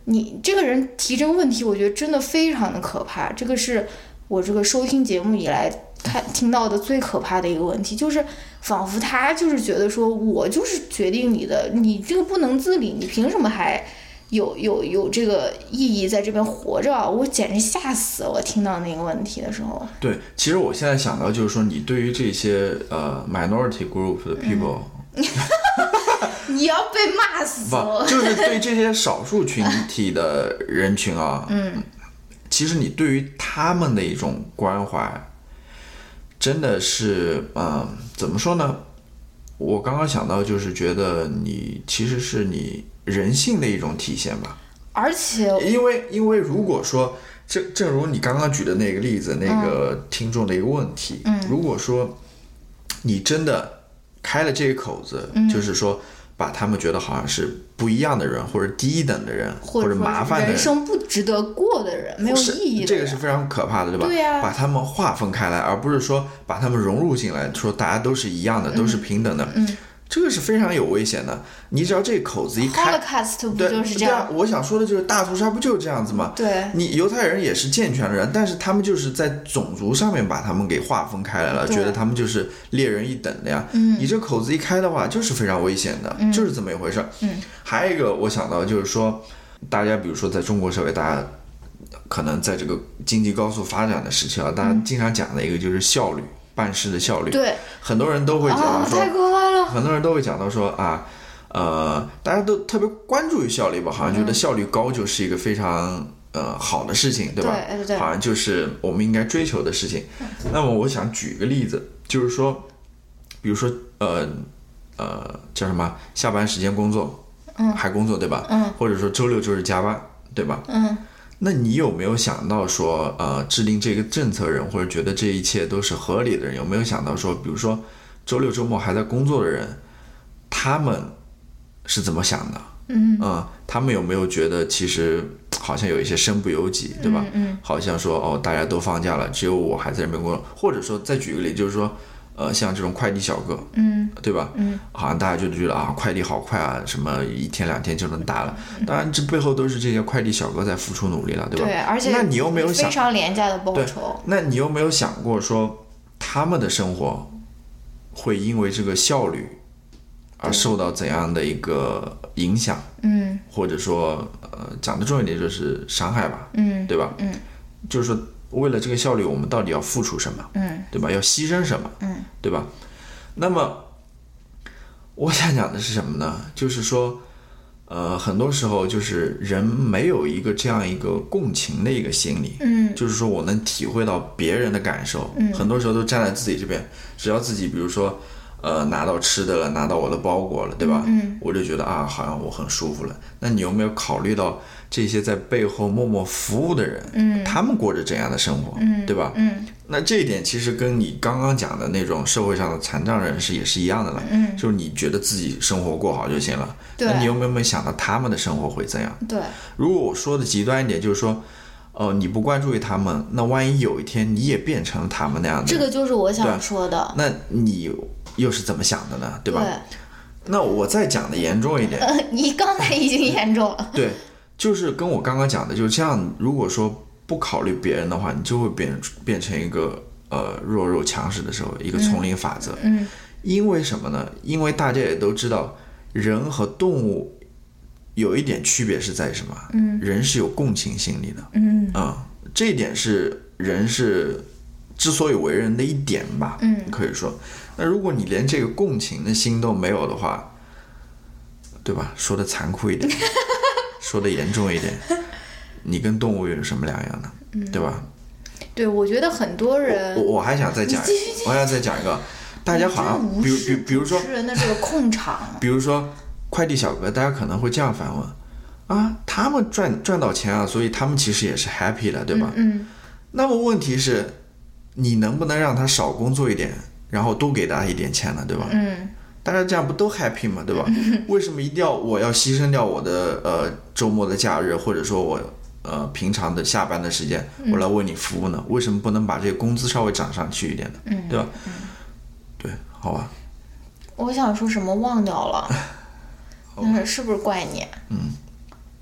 你这个人提这个问题，我觉得真的非常的可怕。这个是我这个收听节目以来看听到的最可怕的一个问题，就是仿佛他就是觉得说，我就是决定你的，你这个不能自理，你凭什么还有有有这个意义在这边活着？我简直吓死了！我听到那个问题的时候。 对，其实我现在想到就是说，你对于这些呃 minority group 的 people， 嗯、你要被骂死了。 不，就是对这些少数群体的人群啊， 嗯， 其实你对于他们的一种关怀，真的是，嗯，怎么说呢？我刚刚想到就是觉得你其实是你人性的一种体现吧。 而且， 因为因为如果说，正正如你刚刚举的那个例子，那个听众的一个问题， 嗯， 如果说你真的开了这个口子， 嗯， 就是说把他们觉得好像是不一样的人，或者低一等的人， 或者麻烦的人， 人生不值得过的人，没有意义的人， 这个是非常可怕的，对吧？ 对呀， 把他们划分开来，而不是说把他们融入进来，说大家都是一样的， 嗯、 都是平等的。 嗯， 这个是非常有危险的。你只要这个口子一开 ，Holocaust 不就是这样？ 对啊，我想说的就是大屠杀不就是这样子吗？ 对， 你犹太人也是健全的人，但是他们就是在种族上面把他们给划分开来了，觉得他们就是猎人一等的呀。 嗯， 你这口子一开的话，就是非常危险的， 嗯、 就是这么一回事。 嗯， 还有一个我想到就是说，大家比如说在中国社会，大家可能在这个经济高速发展的时期啊，大家经常讲的一个就是效率。办事的效率， 对， 很多人都会讲到说， 啊、太可怕了。 很多人都会讲到说啊，呃，大家都特别关注于效率吧，好像觉得效率高就是一个非常呃好的事情，对吧？ 对对。 好像就是我们应该追求的事情。那么我想举个例子，就是说，比如说呃呃叫什么下班时间工作， 嗯， 还工作对吧？ 嗯， 或者说周六周日加班，对吧？ 嗯。 那你有没有想到说，呃，制定这个政策人，或者觉得这一切都是合理的人，有没有想到说，比如说周六周末还在工作的人，他们是怎么想的？ 嗯， 嗯，他们有没有觉得其实好像有一些身不由己，对吧？ 嗯，嗯好像说哦，大家都放假了，只有我还在这边工作，或者说再举个例，就是说。呃，像这种快递小哥， 嗯， 对吧？ 嗯， 好像大家就觉得啊，快递好快啊，什么一天两天就能打了。当然，这背后都是这些快递小哥在付出努力了，对吧？ 对，而且那你有没有想非常廉价的报酬？ 那你有没有想过说，他们的生活会因为这个效率而受到怎样的一个影响？ 嗯， 或者说，呃，讲的重一点就是伤害吧， 嗯， 对吧？ 嗯， 就是说。为了这个效率，我们到底要付出什么？ 嗯， 对吧？要牺牲什么？ 嗯， 对吧？那么，我想讲的是什么呢？就是说，呃，很多时候就是人没有一个这样一个共情的一个心理， 嗯， 就是说我能体会到别人的感受， 嗯， 很多时候都站在自己这边，只要自己比如说，呃，拿到吃的了，拿到我的包裹了，对吧？ 嗯， 我就觉得啊，好像我很舒服了。那你有没有考虑到？这些在背后默默服务的人， 嗯， 他们过着怎样的生活， 嗯， 对吧？ 嗯， 那这一点其实跟你刚刚讲的那种社会上的残障人士也是一样的了， 嗯， 就是你觉得自己生活过好就行了， 对， 那你有没有想到他们的生活会怎样？ 对， 如果我说的极端一点，就是说，呃，你不关注于他们，那万一有一天你也变成了他们那样的人， 这个就是我想说的， 那你又是怎么想的呢？对吧？ 对， 那我再讲的严重一点， 呃，你刚才已经严重了， 对。就是跟我刚刚讲的，就是这样。如果说不考虑别人的话，你就会变变成一个呃弱肉强食的时候，一个丛林法则。 嗯， 因为什么呢？因为大家也都知道，人和动物有一点区别是在什么？ 嗯， 人是有共情心理的。 嗯， 啊、嗯，这一点是人是之所以为人的一点吧。 嗯， 可以说，那如果你连这个共情的心都没有的话，对吧？说的残酷一点。说的严重一点，你跟动物有什么两样呢？嗯、对吧？ 对，我觉得很多人， 我我还想再讲，我还想再讲一个，大家好像，比如比比如说， 主持人的这个控场， 比如说快递小哥，大家可能会这样反问啊，他们赚赚到钱啊，所以他们其实也是 happy 的，对吧？ 嗯。嗯那么问题是，你能不能让他少工作一点，然后多给他一点钱呢？对吧？ 嗯。 大家这样不都 happy 吗？对吧？为什么一定要我要牺牲掉我的呃周末的假日，或者说我呃平常的下班的时间，我来为你服务呢？为什么不能把这个工资稍微涨上去一点呢？ 嗯， 对吧？ 嗯， 对，好吧。 我想说什么忘掉了，那是是不是怪你？ 嗯。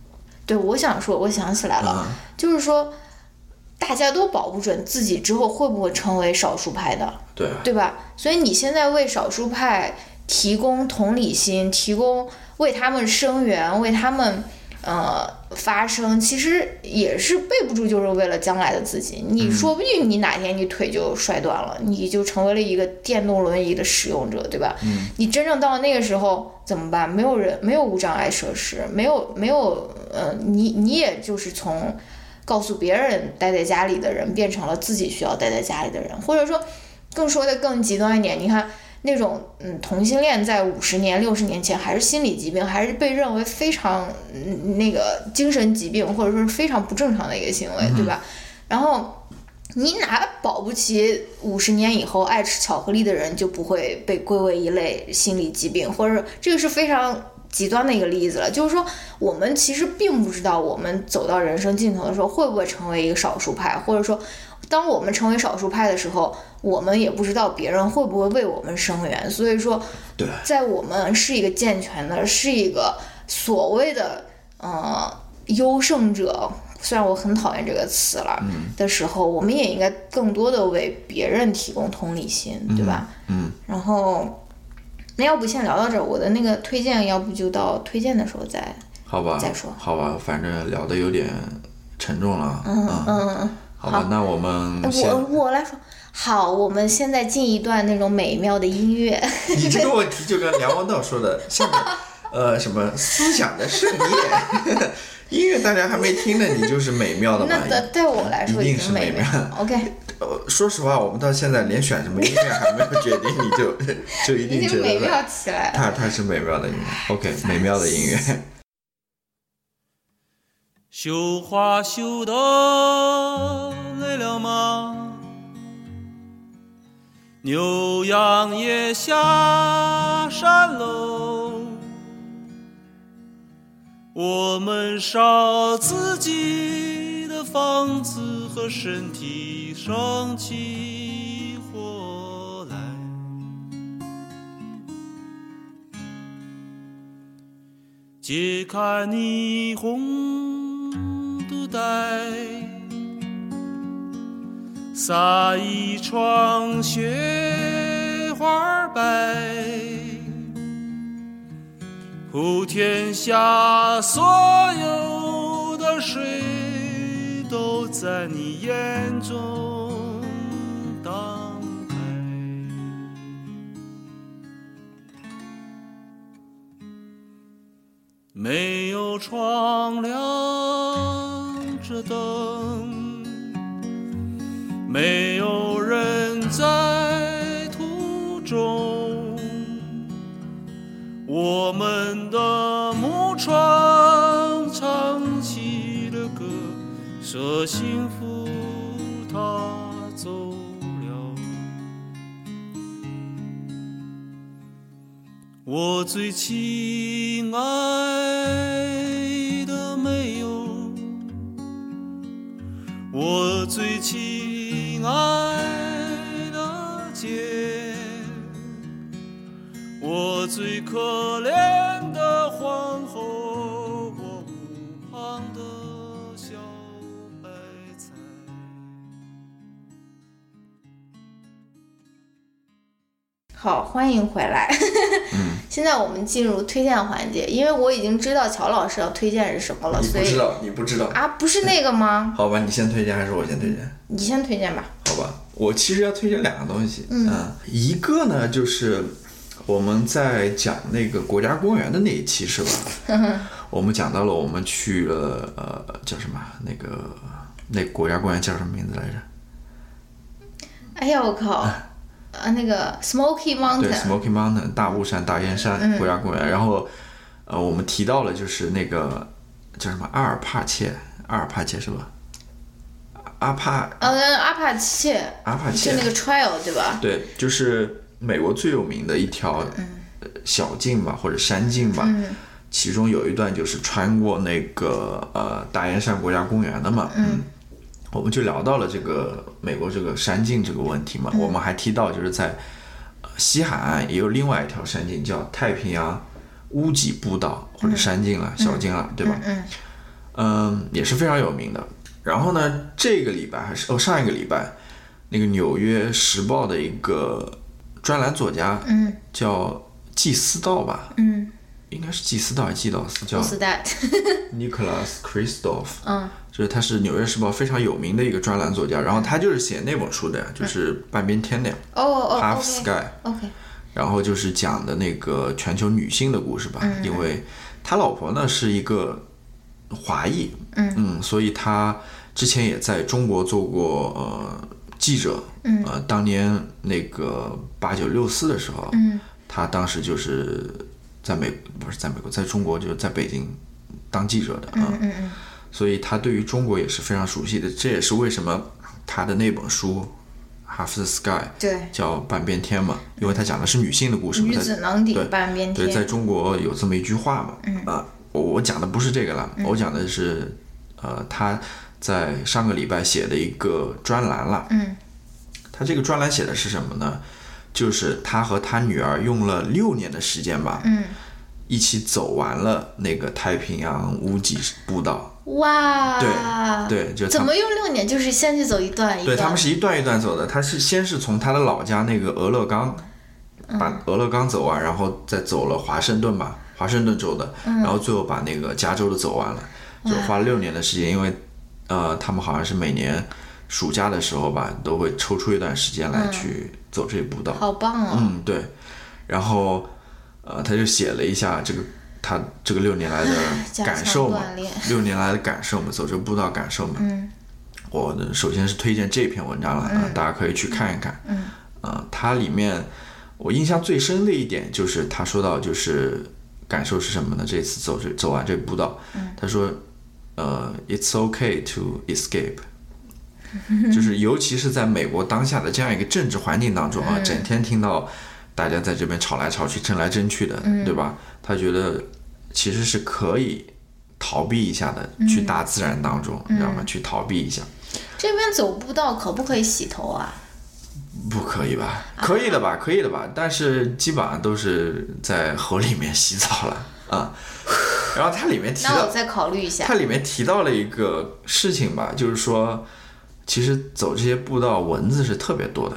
对，我想说，我想起来了， 嗯、 就是说，大家都保不准自己之后会不会成为少数派的， 对， 对吧？所以你现在为少数派提供同理心，提供为他们声援，为他们呃发声，其实也是备不住，就是为了将来的自己。你说不定你哪天你腿就摔断了，嗯、你就成为了一个电动轮椅的使用者，对吧？ 嗯、 你真正到那个时候怎么办？没有人，没有无障碍设施，没有没有呃，你你也就是从告诉别人待在家里的人，变成了自己需要待在家里的人，或者说更说的更极端一点，你看那种嗯同性恋在五十年、六十年前还是心理疾病，还是被认为非常、嗯、那个精神疾病，或者说是非常不正常的一个行为，对吧？然后你哪保不齐五十年以后爱吃巧克力的人就不会被归为一类心理疾病，或者这个是非常极端的一个例子了。就是说我们其实并不知道我们走到人生尽头的时候会不会成为一个少数派，或者说当我们成为少数派的时候，我们也不知道别人会不会为我们声援。所以说在我们是一个健全的，是一个所谓的呃优胜者，虽然我很讨厌这个词了、嗯、的时候，我们也应该更多的为别人提供同理心，对吧？ 嗯。嗯然后，那要不先聊到这儿，我的那个推荐，要不就到推荐的时候再好吧再说。 好吧，反正聊的有点沉重了。 嗯嗯嗯嗯。 好吧，好那我们先我我来说。好，我们现在进一段那种美妙的音乐。 你这个问题就跟梁文道说的，下面呃什么思想的盛宴。音乐大家还没听呢，你就是美妙的嘛？ 那对我来说一定是美妙。 OK。 呃，说实话，我们到现在连选什么音乐还没有决定，你就就一定觉得美妙起来了。 它它是美妙的音乐。OK， 美妙的音乐。 绣花绣得累了吗？牛羊也下山喽，我们烧自己的房子和身体，生起火来。解开霓虹肚带，撒一床雪花白，普天下所有的水都在你眼中荡开。没有窗亮着灯，没有人在途中，我们的木窗唱起了歌，说幸福它走了。我最亲爱的没有，我最亲爱的姐，我最可怜的皇后，我屋旁的小白菜。 好，欢迎回来。 嗯， 现在我们进入推荐环节，因为我已经知道乔老师要推荐是什么了，所以你不知道，你不知道啊？不是那个吗？ 好吧，你先推荐还是我先推荐？ 你先推荐吧。 好吧，我其实要推荐两个东西。 嗯， 呃、一个呢就是我们在讲那个国家公园的那一期是吧？我们讲到了我们去了呃叫什么那个那个国家公园叫什么名字来着？ 哎呀我靠！啊，那个 Smoky Mountain， 对 Smoky Mountain 大雾山大雁山国家公园、嗯、然后呃我们提到了就是那个叫什么阿尔帕切阿尔帕切是吧？阿帕呃阿帕切阿帕切就那个 trail 对吧？ 对，就是美国最有名的一条小径吧、嗯、或者山径吧、嗯、其中有一段就是穿过那个呃大雁山国家公园的嘛。嗯，嗯我们就聊到了这个美国这个山径这个问题嘛、嗯、我们还提到就是在西海岸也有另外一条山径叫太平洋屋脊步道或者山径了、嗯、小径了、嗯、对吧？ 嗯， 嗯，也是非常有名的。然后呢，这个礼拜还是哦上一个礼拜，那个《纽约时报》的一个专栏作家， 嗯， 叫季思道吧， 嗯， 应该是季思道还是季道斯，叫 Nicholas Kristof， 嗯， 就是他是《纽约时报》非常有名的一个专栏作家，然后他就是写那本书的呀，就是半边天的呀， 哦哦 Half Sky， OK， 然后就是讲的那个全球女性的故事吧，嗯、因为他老婆呢是一个华裔，嗯嗯，所以他之前也在中国做过呃记者，嗯，呃，当年那个八九六四的时候，嗯，他当时就是在美不是在美国，在中国就是在北京当记者的啊，嗯嗯嗯，所以他对于中国也是非常熟悉的，这也是为什么他的那本书Half the Sky 对叫半边天嘛，因为他讲的是女性的故事嘛， 女子能顶半边天， 对，在中国有这么一句话嘛，嗯啊，我我讲的不是这个了，嗯、我讲的是呃他在上个礼拜写的一个专栏了，嗯，他这个专栏写的是什么呢？就是他和他女儿用了六年的时间吧，嗯，一起走完了那个太平洋屋脊步道。 哇， 对对，就怎么用六年？就是先去走一段一段。 对，他们是一段一段走的。他是先是从他的老家那个俄勒冈，把俄勒冈走完，然后再走了华盛顿吧，华盛顿州的，嗯、然后最后把那个加州的走完了，就花了六年的时间。因为呃，他们好像是每年暑假的时候吧，都会抽出一段时间来去走这步道。 嗯、好棒哦！ 嗯，对。然后呃，他就写了一下这个。他这个六年来的感受嘛，六年来的感受嘛，走这步道感受嘛。嗯，我首先是推荐这篇文章了，嗯、大家可以去看一看。嗯，呃，它里面我印象最深的一点就是他说到，就是感受是什么呢？这次走这走完这步道，嗯、他说，呃 ，It's okay to escape， 就是尤其是在美国当下的这样一个政治环境当中啊，嗯、整天听到大家在这边吵来吵去、争来争去的，嗯、对吧？他觉得其实是可以逃避一下的，嗯、去大自然当中，你知道吗？去逃避一下。 这边走步道可不可以洗头啊？ 不可以吧？可以的吧？可以的吧？但是基本上都是在河里面洗澡了啊。然后它里面提到， 那我再考虑一下。 它里面提到了一个事情吧，就是说，其实走这些步道蚊子是特别多的。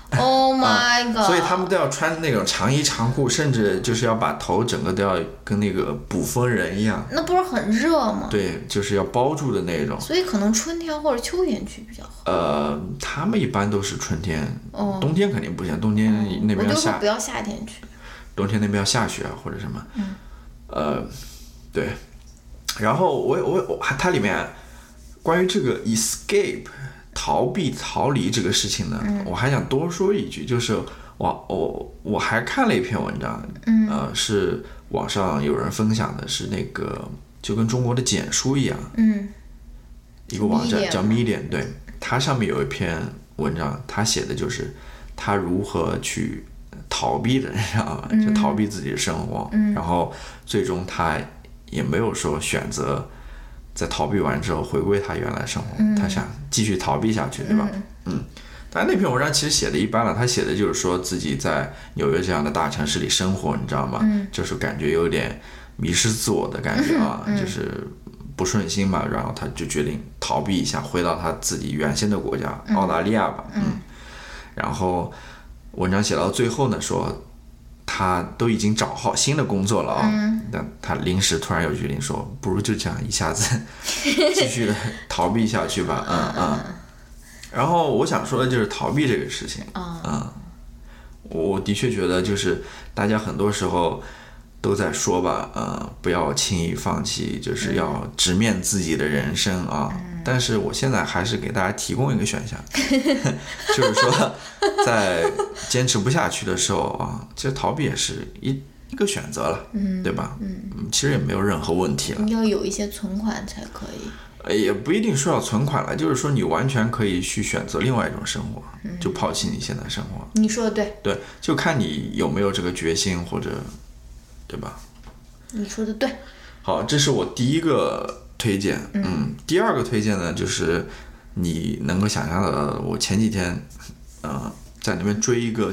Oh my god！、 嗯、所以他们都要穿那种长衣长裤，甚至就是要把头整个都要跟那个捕风人一样。 那不是很热吗？ 对，就是要包住的那种。 所以可能春天或者秋天去比较好。呃， 他们一般都是春天，哦、冬天肯定不行，冬天那边要下。 我就不要夏天去。 冬天那边要下雪啊，或者什么。嗯。呃，对。然后我我我它里面关于这个 escape。逃避逃离这个事情呢，嗯、我还想多说一句，就是我我我还看了一篇文章，嗯、呃，是网上有人分享的，是那个就跟中国的简书一样，嗯，一个网站叫 Medium， 对，它上面有一篇文章，他写的就是他如何去逃避的，你知道吗？嗯、就逃避自己的生活，嗯、然后最终他也没有说选择。在逃避完之后回归他原来生活，嗯、他想继续逃避下去，对吧？嗯，嗯但那篇文章其实写的一般了，他写的就是说自己在纽约这样的大城市里生活，你知道吗？嗯，就是感觉有点迷失自我的感觉啊，嗯、就是不顺心嘛，然后他就决定逃避一下，回到他自己原先的国家、嗯、澳大利亚吧。嗯，嗯然后文章写到最后呢，说。他都已经找好新的工作了啊、嗯，但他临时突然又决定说，不如就这样一下子继续的逃避下去吧，嗯嗯。然后我想说的就是逃避这个事情，嗯，我的确觉得就是大家很多时候都在说吧，呃，不要轻易放弃，就是要直面自己的人生啊。嗯但是我现在还是给大家提供一个选项，就是说，在坚持不下去的时候啊，其实逃避也是一一个选择了，嗯，对吧？嗯，其实也没有任何问题了。 要有一些存款才可以。也不一定说要存款了，就是说你完全可以去选择另外一种生活，嗯、就抛弃你现在生活。 你说的对。 对，就看你有没有这个决心，或者，对吧？ 你说的对。 好，这是我第一个。推荐，嗯，第二个推荐呢，就是你能够想象的，我前几天，呃，在那边追一个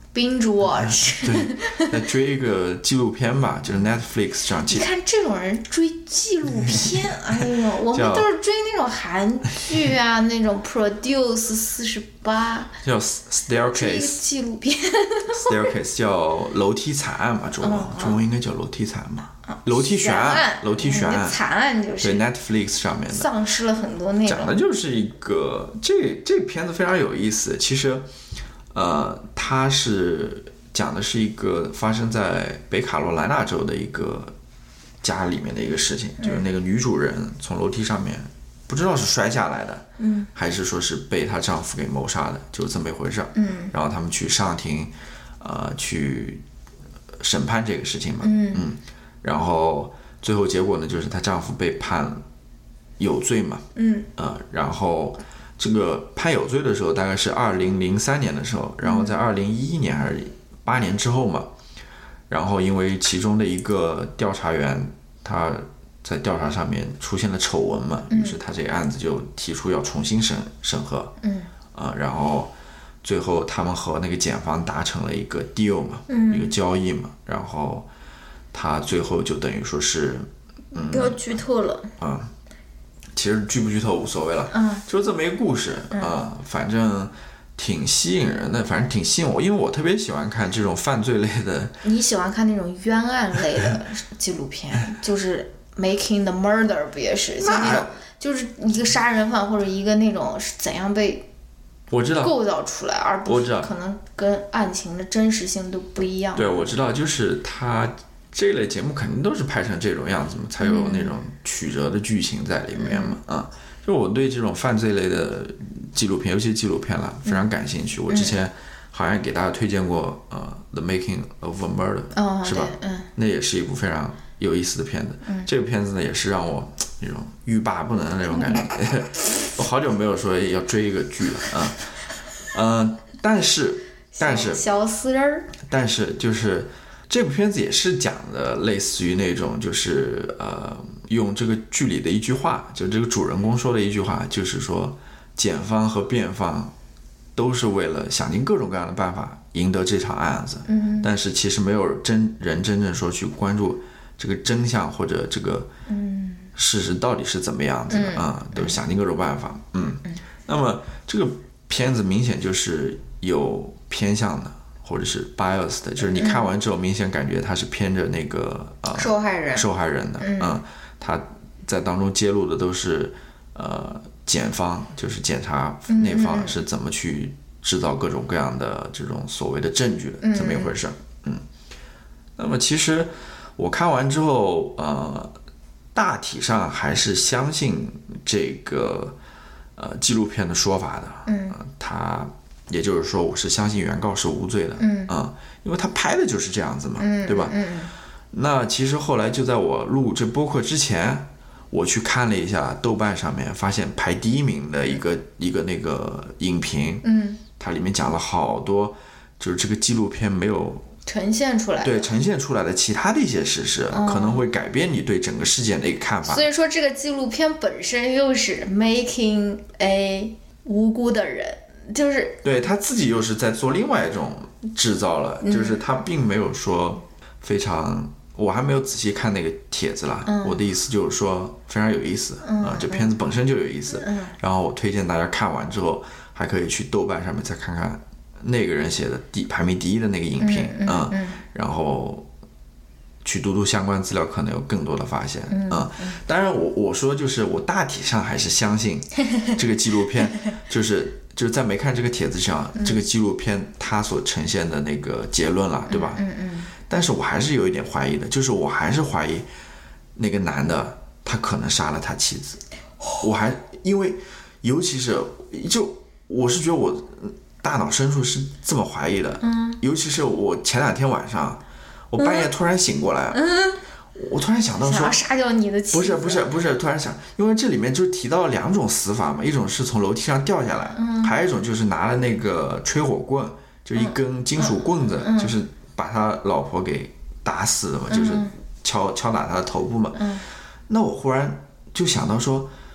binge watch， 对，在追一个纪录片吧，就是 Netflix 上。 你看这种人追纪录片，哎呦，我们都是追那种韩剧啊，那种 Produce 四十八， 叫 Staircase 纪录片 ，Staircase 叫楼梯惨案嘛，中文、哦、中文应该叫楼梯惨嘛， 哦、 楼梯悬案，楼梯悬案， 惨案就是对 Netflix 上面的， 丧失了很多内容， 讲的就是一个这这片子非常有意思，其实。呃，它是讲的是一个发生在北卡罗来纳州的一个家里面的一个事情，嗯、就是那个女主人从楼梯上面不知道是摔下来的， 嗯， 还是说是被她丈夫给谋杀的，就是这么一回事。 嗯， 然后他们去上庭，呃，去审判这个事情嘛， 嗯嗯，然后最后结果呢，就是她丈夫被判有罪嘛， 嗯， 呃，然后。这个判有罪的时候大概是二零零三年的时候，然后在二零一一年还是八年之后嘛，然后因为其中的一个调查员他在调查上面出现了丑闻嘛，于是他这个案子就提出要重新审审核， 嗯， 啊、呃，然后最后他们和那个检方达成了一个 deal 嘛， 嗯， 一个交易嘛，然后他最后就等于说是，嗯， 不要剧透了， 啊、嗯。其实剧不剧透无所谓了， 嗯， 就是这么一个故事啊、 嗯呃，反正挺吸引人的，反正挺吸引我，因为我特别喜欢看这种犯罪类的。 你喜欢看那种冤案类的纪录片，就是 Making the Murder 不也是，就那种就是一个杀人犯或者一个那种是怎样被我知道构造出来，而不是可能跟案情的真实性都不一样。 对，我知道，就是他。这类节目肯定都是拍成这种样子嘛，才有那种曲折的剧情在里面嘛。 嗯、 啊，就我对这种犯罪类的纪录片，尤其纪录片啦，非常感兴趣。 嗯、 我之前好像给大家推荐过，呃，《The Making of a Murder》， 哦， 是吧？ 嗯， 那也是一部非常有意思的片子。 嗯、 这个片子呢，也是让我那种欲罢不能的那种感觉。嗯、我好久没有说要追一个剧了啊。嗯、呃，但是，但是， 小死人儿， 但是就是。这部片子也是讲的类似于那种，就是呃，用这个剧里的一句话，就这个主人公说的一句话，就是说，检方和辩方都是为了想尽各种各样的办法赢得这场案子， 嗯， 但是其实没有真人真正说去关注这个真相或者这个事实到底是怎么样子的啊、 嗯嗯，都是想尽各种办法，嗯，那么这个片子明显就是有偏向的。或者是 bias 的，就是你看完之后明显感觉他是偏着那个、 嗯、呃受害人受害人的， 嗯， 嗯他在当中揭露的都是呃检方，就是检察那方是怎么去制造各种各样的这种所谓的证据的， 嗯、 这么一回事，嗯。那么其实我看完之后，呃，大体上还是相信这个呃纪录片的说法的， 嗯， 呃、他。也就是说，我是相信原告是无罪的， 嗯啊，因为他拍的就是这样子嘛， 嗯、 对吧？ 嗯， 那其实后来就在我录这播客之前，我去看了一下豆瓣上面，发现排第一名的一个、嗯、一个那个影评， 嗯， 它里面讲了好多，就是这个纪录片没有呈现出来的， 对呈现出来的其他的一些事实，哦、可能会改变你对整个事件的一个看法。 所以说，这个纪录片本身又是 making a 无辜的人。就是对他自己又是在做另外一种制造了， 嗯、 就是他并没有说非常，我还没有仔细看那个帖子啦。 嗯、 我的意思就是说非常有意思啊、 嗯呃，这片子本身就有意思。 嗯、 然后我推荐大家看完之后，还可以去豆瓣上面再看看那个人写的第排名第一的那个影评啊、 嗯嗯嗯， 然后去读读相关资料，可能有更多的发现啊、 嗯呃。当然我，我我说就是我大体上还是相信这个纪录片，就是。就是在没看这个帖子上、嗯，这个纪录片它所呈现的那个结论了，对吧？ 嗯 嗯, 嗯。 但是我还是有一点怀疑的，就是我还是怀疑那个男的他可能杀了他妻子。我还因为，尤其是就我是觉得我大脑深处是这么怀疑的。 嗯。 尤其是我前两天晚上，我半夜突然醒过来。 嗯。嗯我突然想到说， 想要杀掉你的妻子。 不是不是不是，突然想，因为这里面就提到了两种死法嘛，一种是从楼梯上掉下来， 嗯、 还有一种就是拿了那个吹火棍，就一根金属棍子， 嗯、 就是把他老婆给打死的嘛， 嗯、 就是敲敲打他的头部嘛。 嗯、 那我忽然就想到说，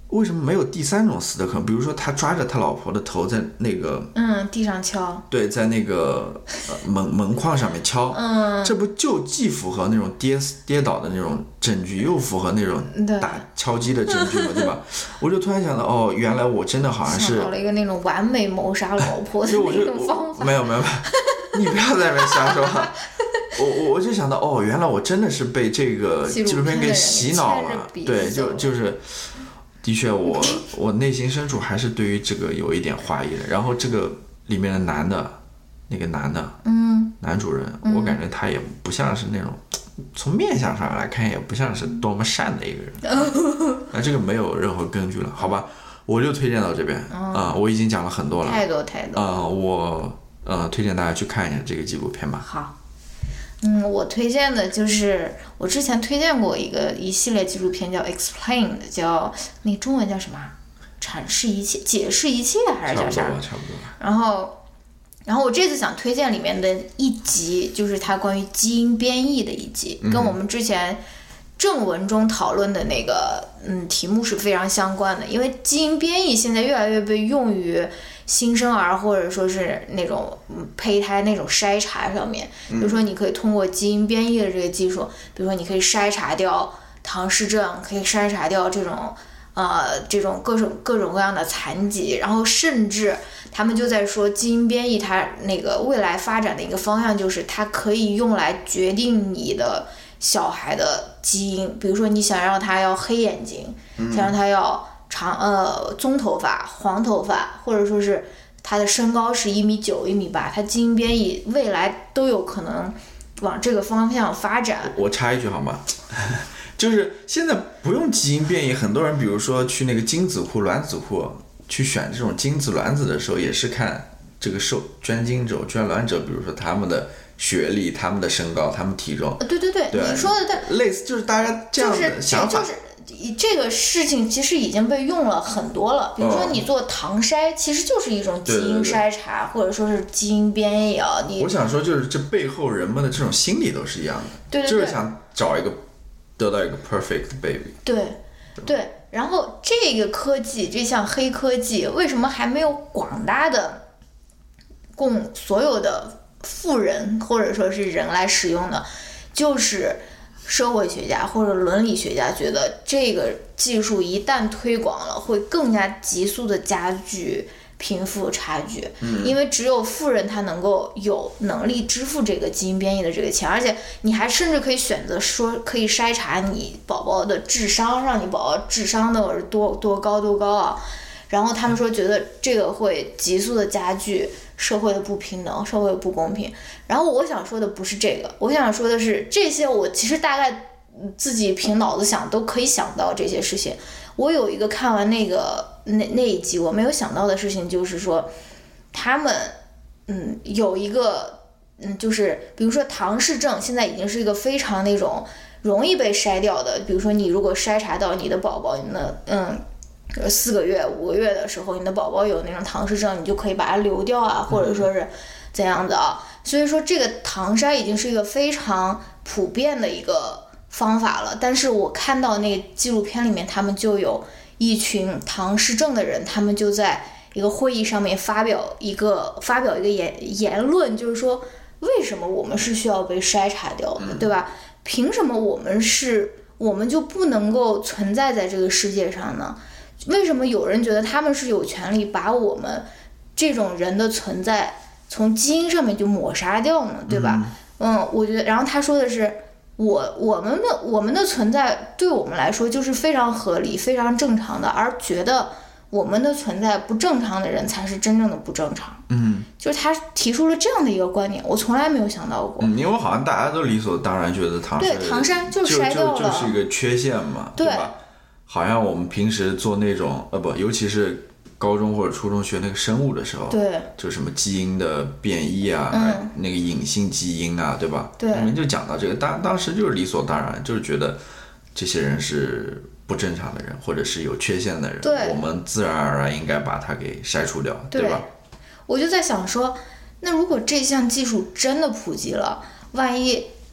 为什么没有第三种死的可能？比如说他抓着他老婆的头在那个嗯地上敲， 对，在那个、呃、门门框上面敲， 嗯， 这不就既符合那种跌跌倒的那种证据，又符合那种打敲击的证据嘛，对吧？我就突然想到，哦，原来我真的好像是想到了一个那种完美谋杀老婆的那种方法。 没有没有没有，你不要在那边瞎说话。我我我就想到，哦，原来我真的是被这个纪录片给洗脑了。对，就就是。的确我，我我内心深处还是对于这个有一点怀疑的。然后这个里面的男的，那个男的， 嗯， 男主人，嗯、我感觉他也不像是那种，从面相上来看也不像是多么善的一个人。那、哦、这个没有任何根据了，好吧？我就推荐到这边啊、哦呃，我已经讲了很多了， 太多太多。 啊、呃，我呃推荐大家去看一下这个纪录片吧。 好。嗯，我推荐的就是我之前推荐过一个一系列纪录片，叫 Explained， 叫那中文叫什么？阐释一切、解释一切还是叫啥？ 差不多，差不多。 然后，然后我这次想推荐里面的一集，就是它关于基因编译的一集， 嗯、 跟我们之前正文中讨论的那个嗯题目是非常相关的，因为基因编译现在越来越被用于新生儿或者说是那种胚胎那种筛查上面，比如说你可以通过基因编译的这个技术，比如说你可以筛查掉唐氏症，可以筛查掉这种呃这种各种各种各样的残疾，然后甚至他们就在说基因编译它那个未来发展的一个方向就是它可以用来决定你的小孩的基因，比如说你想让他要黑眼睛， 嗯、 想让他要长呃棕头发、黄头发，或者说是他的身高是一米九、一米八，他基因编译未来都有可能往这个方向发展。 我插一句好吗？就是现在不用基因变异，很多人比如说去那个精子库、卵子库去选这种精子、卵子的时候，也是看这个受捐精者、捐卵者，比如说他们的学历、他们的身高、他们体重。 对对对， 对你说的对， 类似就是大家这样的想法。 就是就是这个事情其实已经被用了很多了，比如说你做唐筛，其实就是一种基因筛查，或者说是基因编译啊。你我想说，就是这背后人们的这种心理都是一样的， 对对对， 就是想找一个得到一个 perfect baby。 对对，然后这个科技，这项黑科技，为什么还没有广大的供所有的富人或者说是人来使用呢？就是社会学家或者伦理学家觉得这个技术一旦推广了，会更加急速的加剧贫富差距， 嗯、 因为只有富人他能够有能力支付这个基因编译的这个钱，而且你还甚至可以选择说可以筛查你宝宝的智商，让你宝宝智商的多多高多高啊。然后他们说觉得这个会急速的加剧社会的不平等，社会的不公平。然后我想说的不是这个，我想说的是这些我其实大概自己凭脑子想都可以想到这些事情。我有一个看完那个那那一集我没有想到的事情，就是说他们嗯有一个嗯就是比如说唐氏症现在已经是一个非常那种容易被筛掉的，比如说你如果筛查到你的宝宝你的嗯四个月五个月的时候你的宝宝有那种唐氏症，你就可以把它流掉啊，或者说是怎样的啊。所以说这个唐筛已经是一个非常普遍的一个方法了。但是我看到那个纪录片里面，他们就有一群唐氏症的人，他们就在一个会议上面发表一个发表一个言言论，就是说为什么我们是需要被筛查掉的，对吧？凭什么我们是我们就不能够存在在这个世界上呢？为什么有人觉得他们是有权利把我们这种人的存在从基因上面就抹杀掉呢？对吧？嗯，嗯我觉得，然后他说的是，我我们的我们的存在对我们来说就是非常合理、非常正常的，而觉得我们的存在不正常的人才是真正的不正常。 嗯， 就是他提出了这样的一个观点，我从来没有想到过。 嗯，因为好像大家都理所当然觉得唐对唐筛就是筛掉了， 就就就是一个缺陷嘛，对吧？好像我们平时做那种呃不，尤其是高中或者初中学那个生物的时候， 对， 就什么基因的变异啊， 嗯、 那个隐性基因啊，对吧？ 对， 我们就讲到这个，当当时就是理所当然，就是觉得这些人是不正常的人，或者是有缺陷的人， 对， 我们自然而然应该把它给筛除掉， 对, 对吧？ 我就在想说，那如果这项技术真的普及了，万一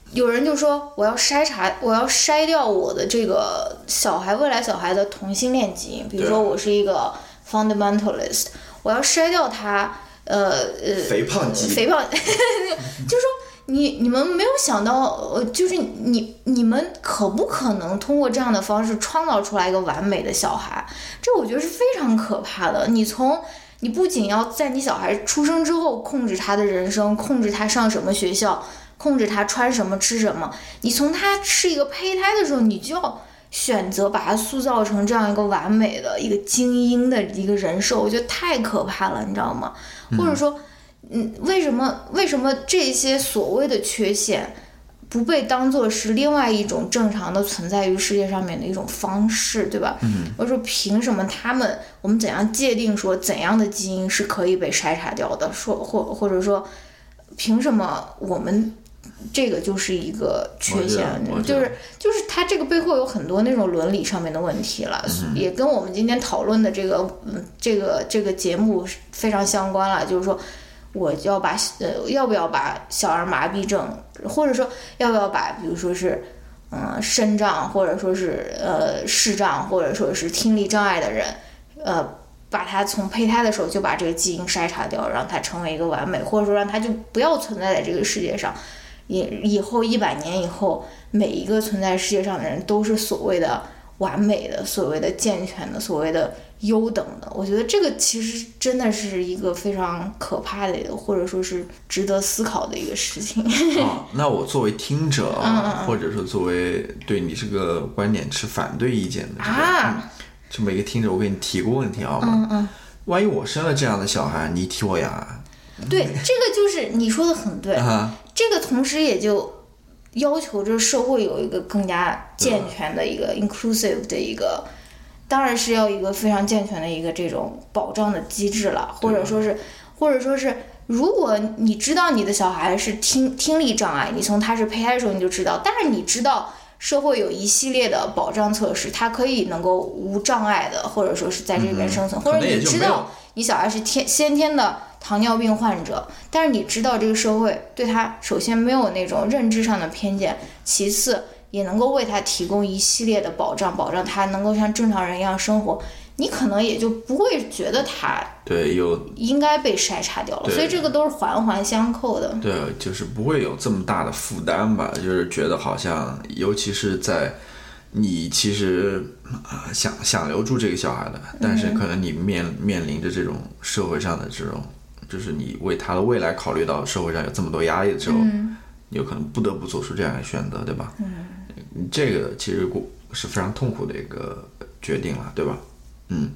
有人就说我要筛查，我要筛掉我的这个小孩未来小孩的同性恋基因，比如说我是一个 fundamentalist， 我要筛掉他呃呃肥胖基因， 肥胖，就是说你你们没有想到，就是你你们可不可能通过这样的方式创造出来一个完美的小孩？这我觉得是非常可怕的。你从你不仅要在你小孩出生之后控制他的人生，控制他上什么学校，控制他穿什么吃什么，你从他是一个胚胎的时候，你就要选择把他塑造成这样一个完美的一个精英的一个人设，我觉得太可怕了，你知道吗？或者说嗯，为什么为什么这些所谓的缺陷不被当作是另外一种正常的存在于世界上面的一种方式，对吧？ 嗯， 我说凭什么他们，我们怎样界定说怎样的基因是可以被筛查掉的？说或或者说，凭什么我们这个就是一个缺陷？就是就是它这个背后有很多那种伦理上面的问题了， 嗯、 也跟我们今天讨论的这个嗯这个这个节目非常相关了，就是说。我要把呃要不要把小儿麻痹症，或者说要不要把比如说是嗯、呃、身障，或者说是呃视障，或者说是听力障碍的人，呃把他从胚胎的时候就把这个基因筛查掉，让他成为一个完美，或者说让他就不要存在在这个世界上。以以后一百年以后，每一个存在世界上的人都是所谓的完美的，所谓的健全的，所谓的优等的。我觉得这个其实真的是一个非常可怕的，或者说是值得思考的一个事情。 啊，那我作为听者啊，或者说作为对你这个观点持反对意见的这个、啊嗯、这么一个听者，我给你提个问题好吗？ 嗯嗯。 万一我生了这样的小孩，你替我养啊？ 对，这个就是你说的很对。 啊、 这个同时也就要求着社会有一个更加健全的一个 inclusive 的一个，当然是要一个非常健全的一个这种保障的机制了，或者说是，或者说是，如果你知道你的小孩是听听力障碍，你从他是胚胎的时候你就知道，但是你知道社会有一系列的保障措施，他可以能够无障碍的，或者说是在这边生存， 嗯、 或者你知道你小孩是天先天的糖尿病患者，但是你知道这个社会对他首先没有那种认知上的偏见，其次也能够为他提供一系列的保障，保障他能够像正常人一样生活，你可能也就不会觉得他对有应该被筛查掉了。所以这个都是环环相扣的。 对，就是不会有这么大的负担吧，就是觉得好像尤其是在你其实、呃、想想留住这个小孩的，但是可能你面、嗯、面临着这种社会上的这种，就是你为他的未来考虑到社会上有这么多压力的时候、嗯、你有可能不得不做出这样的选择，对吧？ 嗯， 这个其实是非常痛苦的一个决定了，对吧？嗯，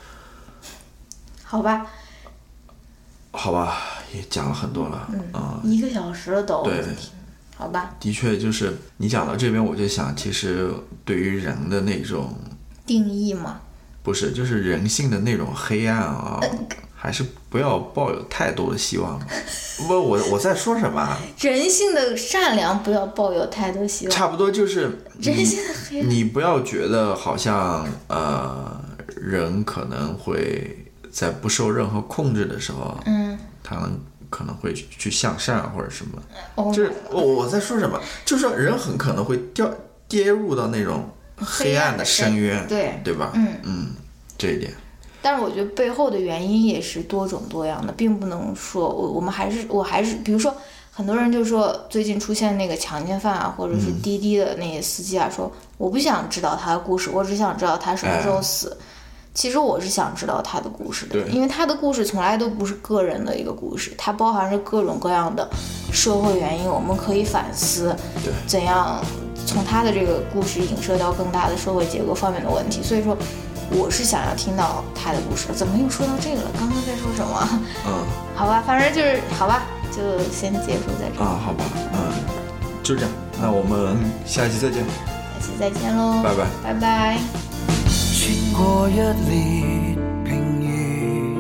好吧， 好吧，也讲了很多了， 嗯， 呃、 一个小时了都， 对， 好吧， 的确就是你讲到这边，我就想，其实对于人的那种定义嘛， 不是，就是人性的那种黑暗啊， 呃、 还是不要抱有太多的希望。不，我我在说什么？ 人性的善良不要抱有太多希望。 差不多就是人性的黑暗。 你不要觉得好像呃，人可能会在不受任何控制的时候， 嗯， 他能。可能会去向善或者什么， oh、 就是我我在说什么，就是说人很可能会掉跌入到那种黑暗的深渊， 对对吧？ 嗯嗯，这一点。 但是我觉得背后的原因也是多种多样的，并不能说我我们还是我还是比如说很多人就说最近出现那个强奸犯啊，或者是滴滴的那些司机啊，嗯、说我不想知道他的故事，我只想知道他什么时候死。哎，其实我是想知道他的故事的，因为他的故事从来都不是个人的一个故事，它包含着各种各样的社会原因，我们可以反思怎样从他的这个故事影射到更大的社会结构方面的问题。所以说我是想要听到他的故事。怎么又说到这个了？刚刚在说什么？ 嗯， 好吧，反正就是好吧，就先结束在这啊，好吧，嗯，就这样，那我们下期再见， 下期再见喽， 拜拜， 拜拜。 穿過一列平原，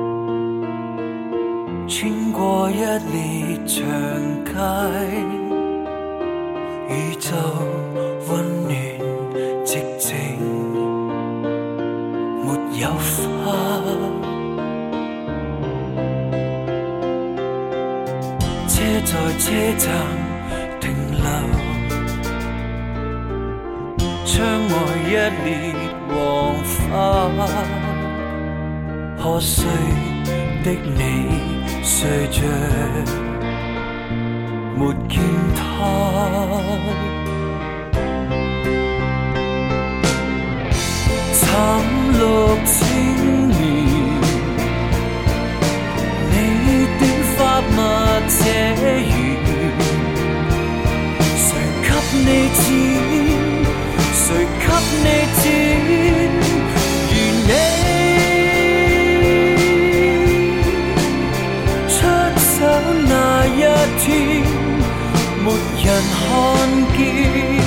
穿過一列長街，宇宙溫暖寂靜，沒有花。車在車站停留， 窗外一列黃花，可惜的你睡着，沒見他。淡綠青年，你短髮密這緣，誰給你剪？誰給你剪？如你出走那一天，沒人看見。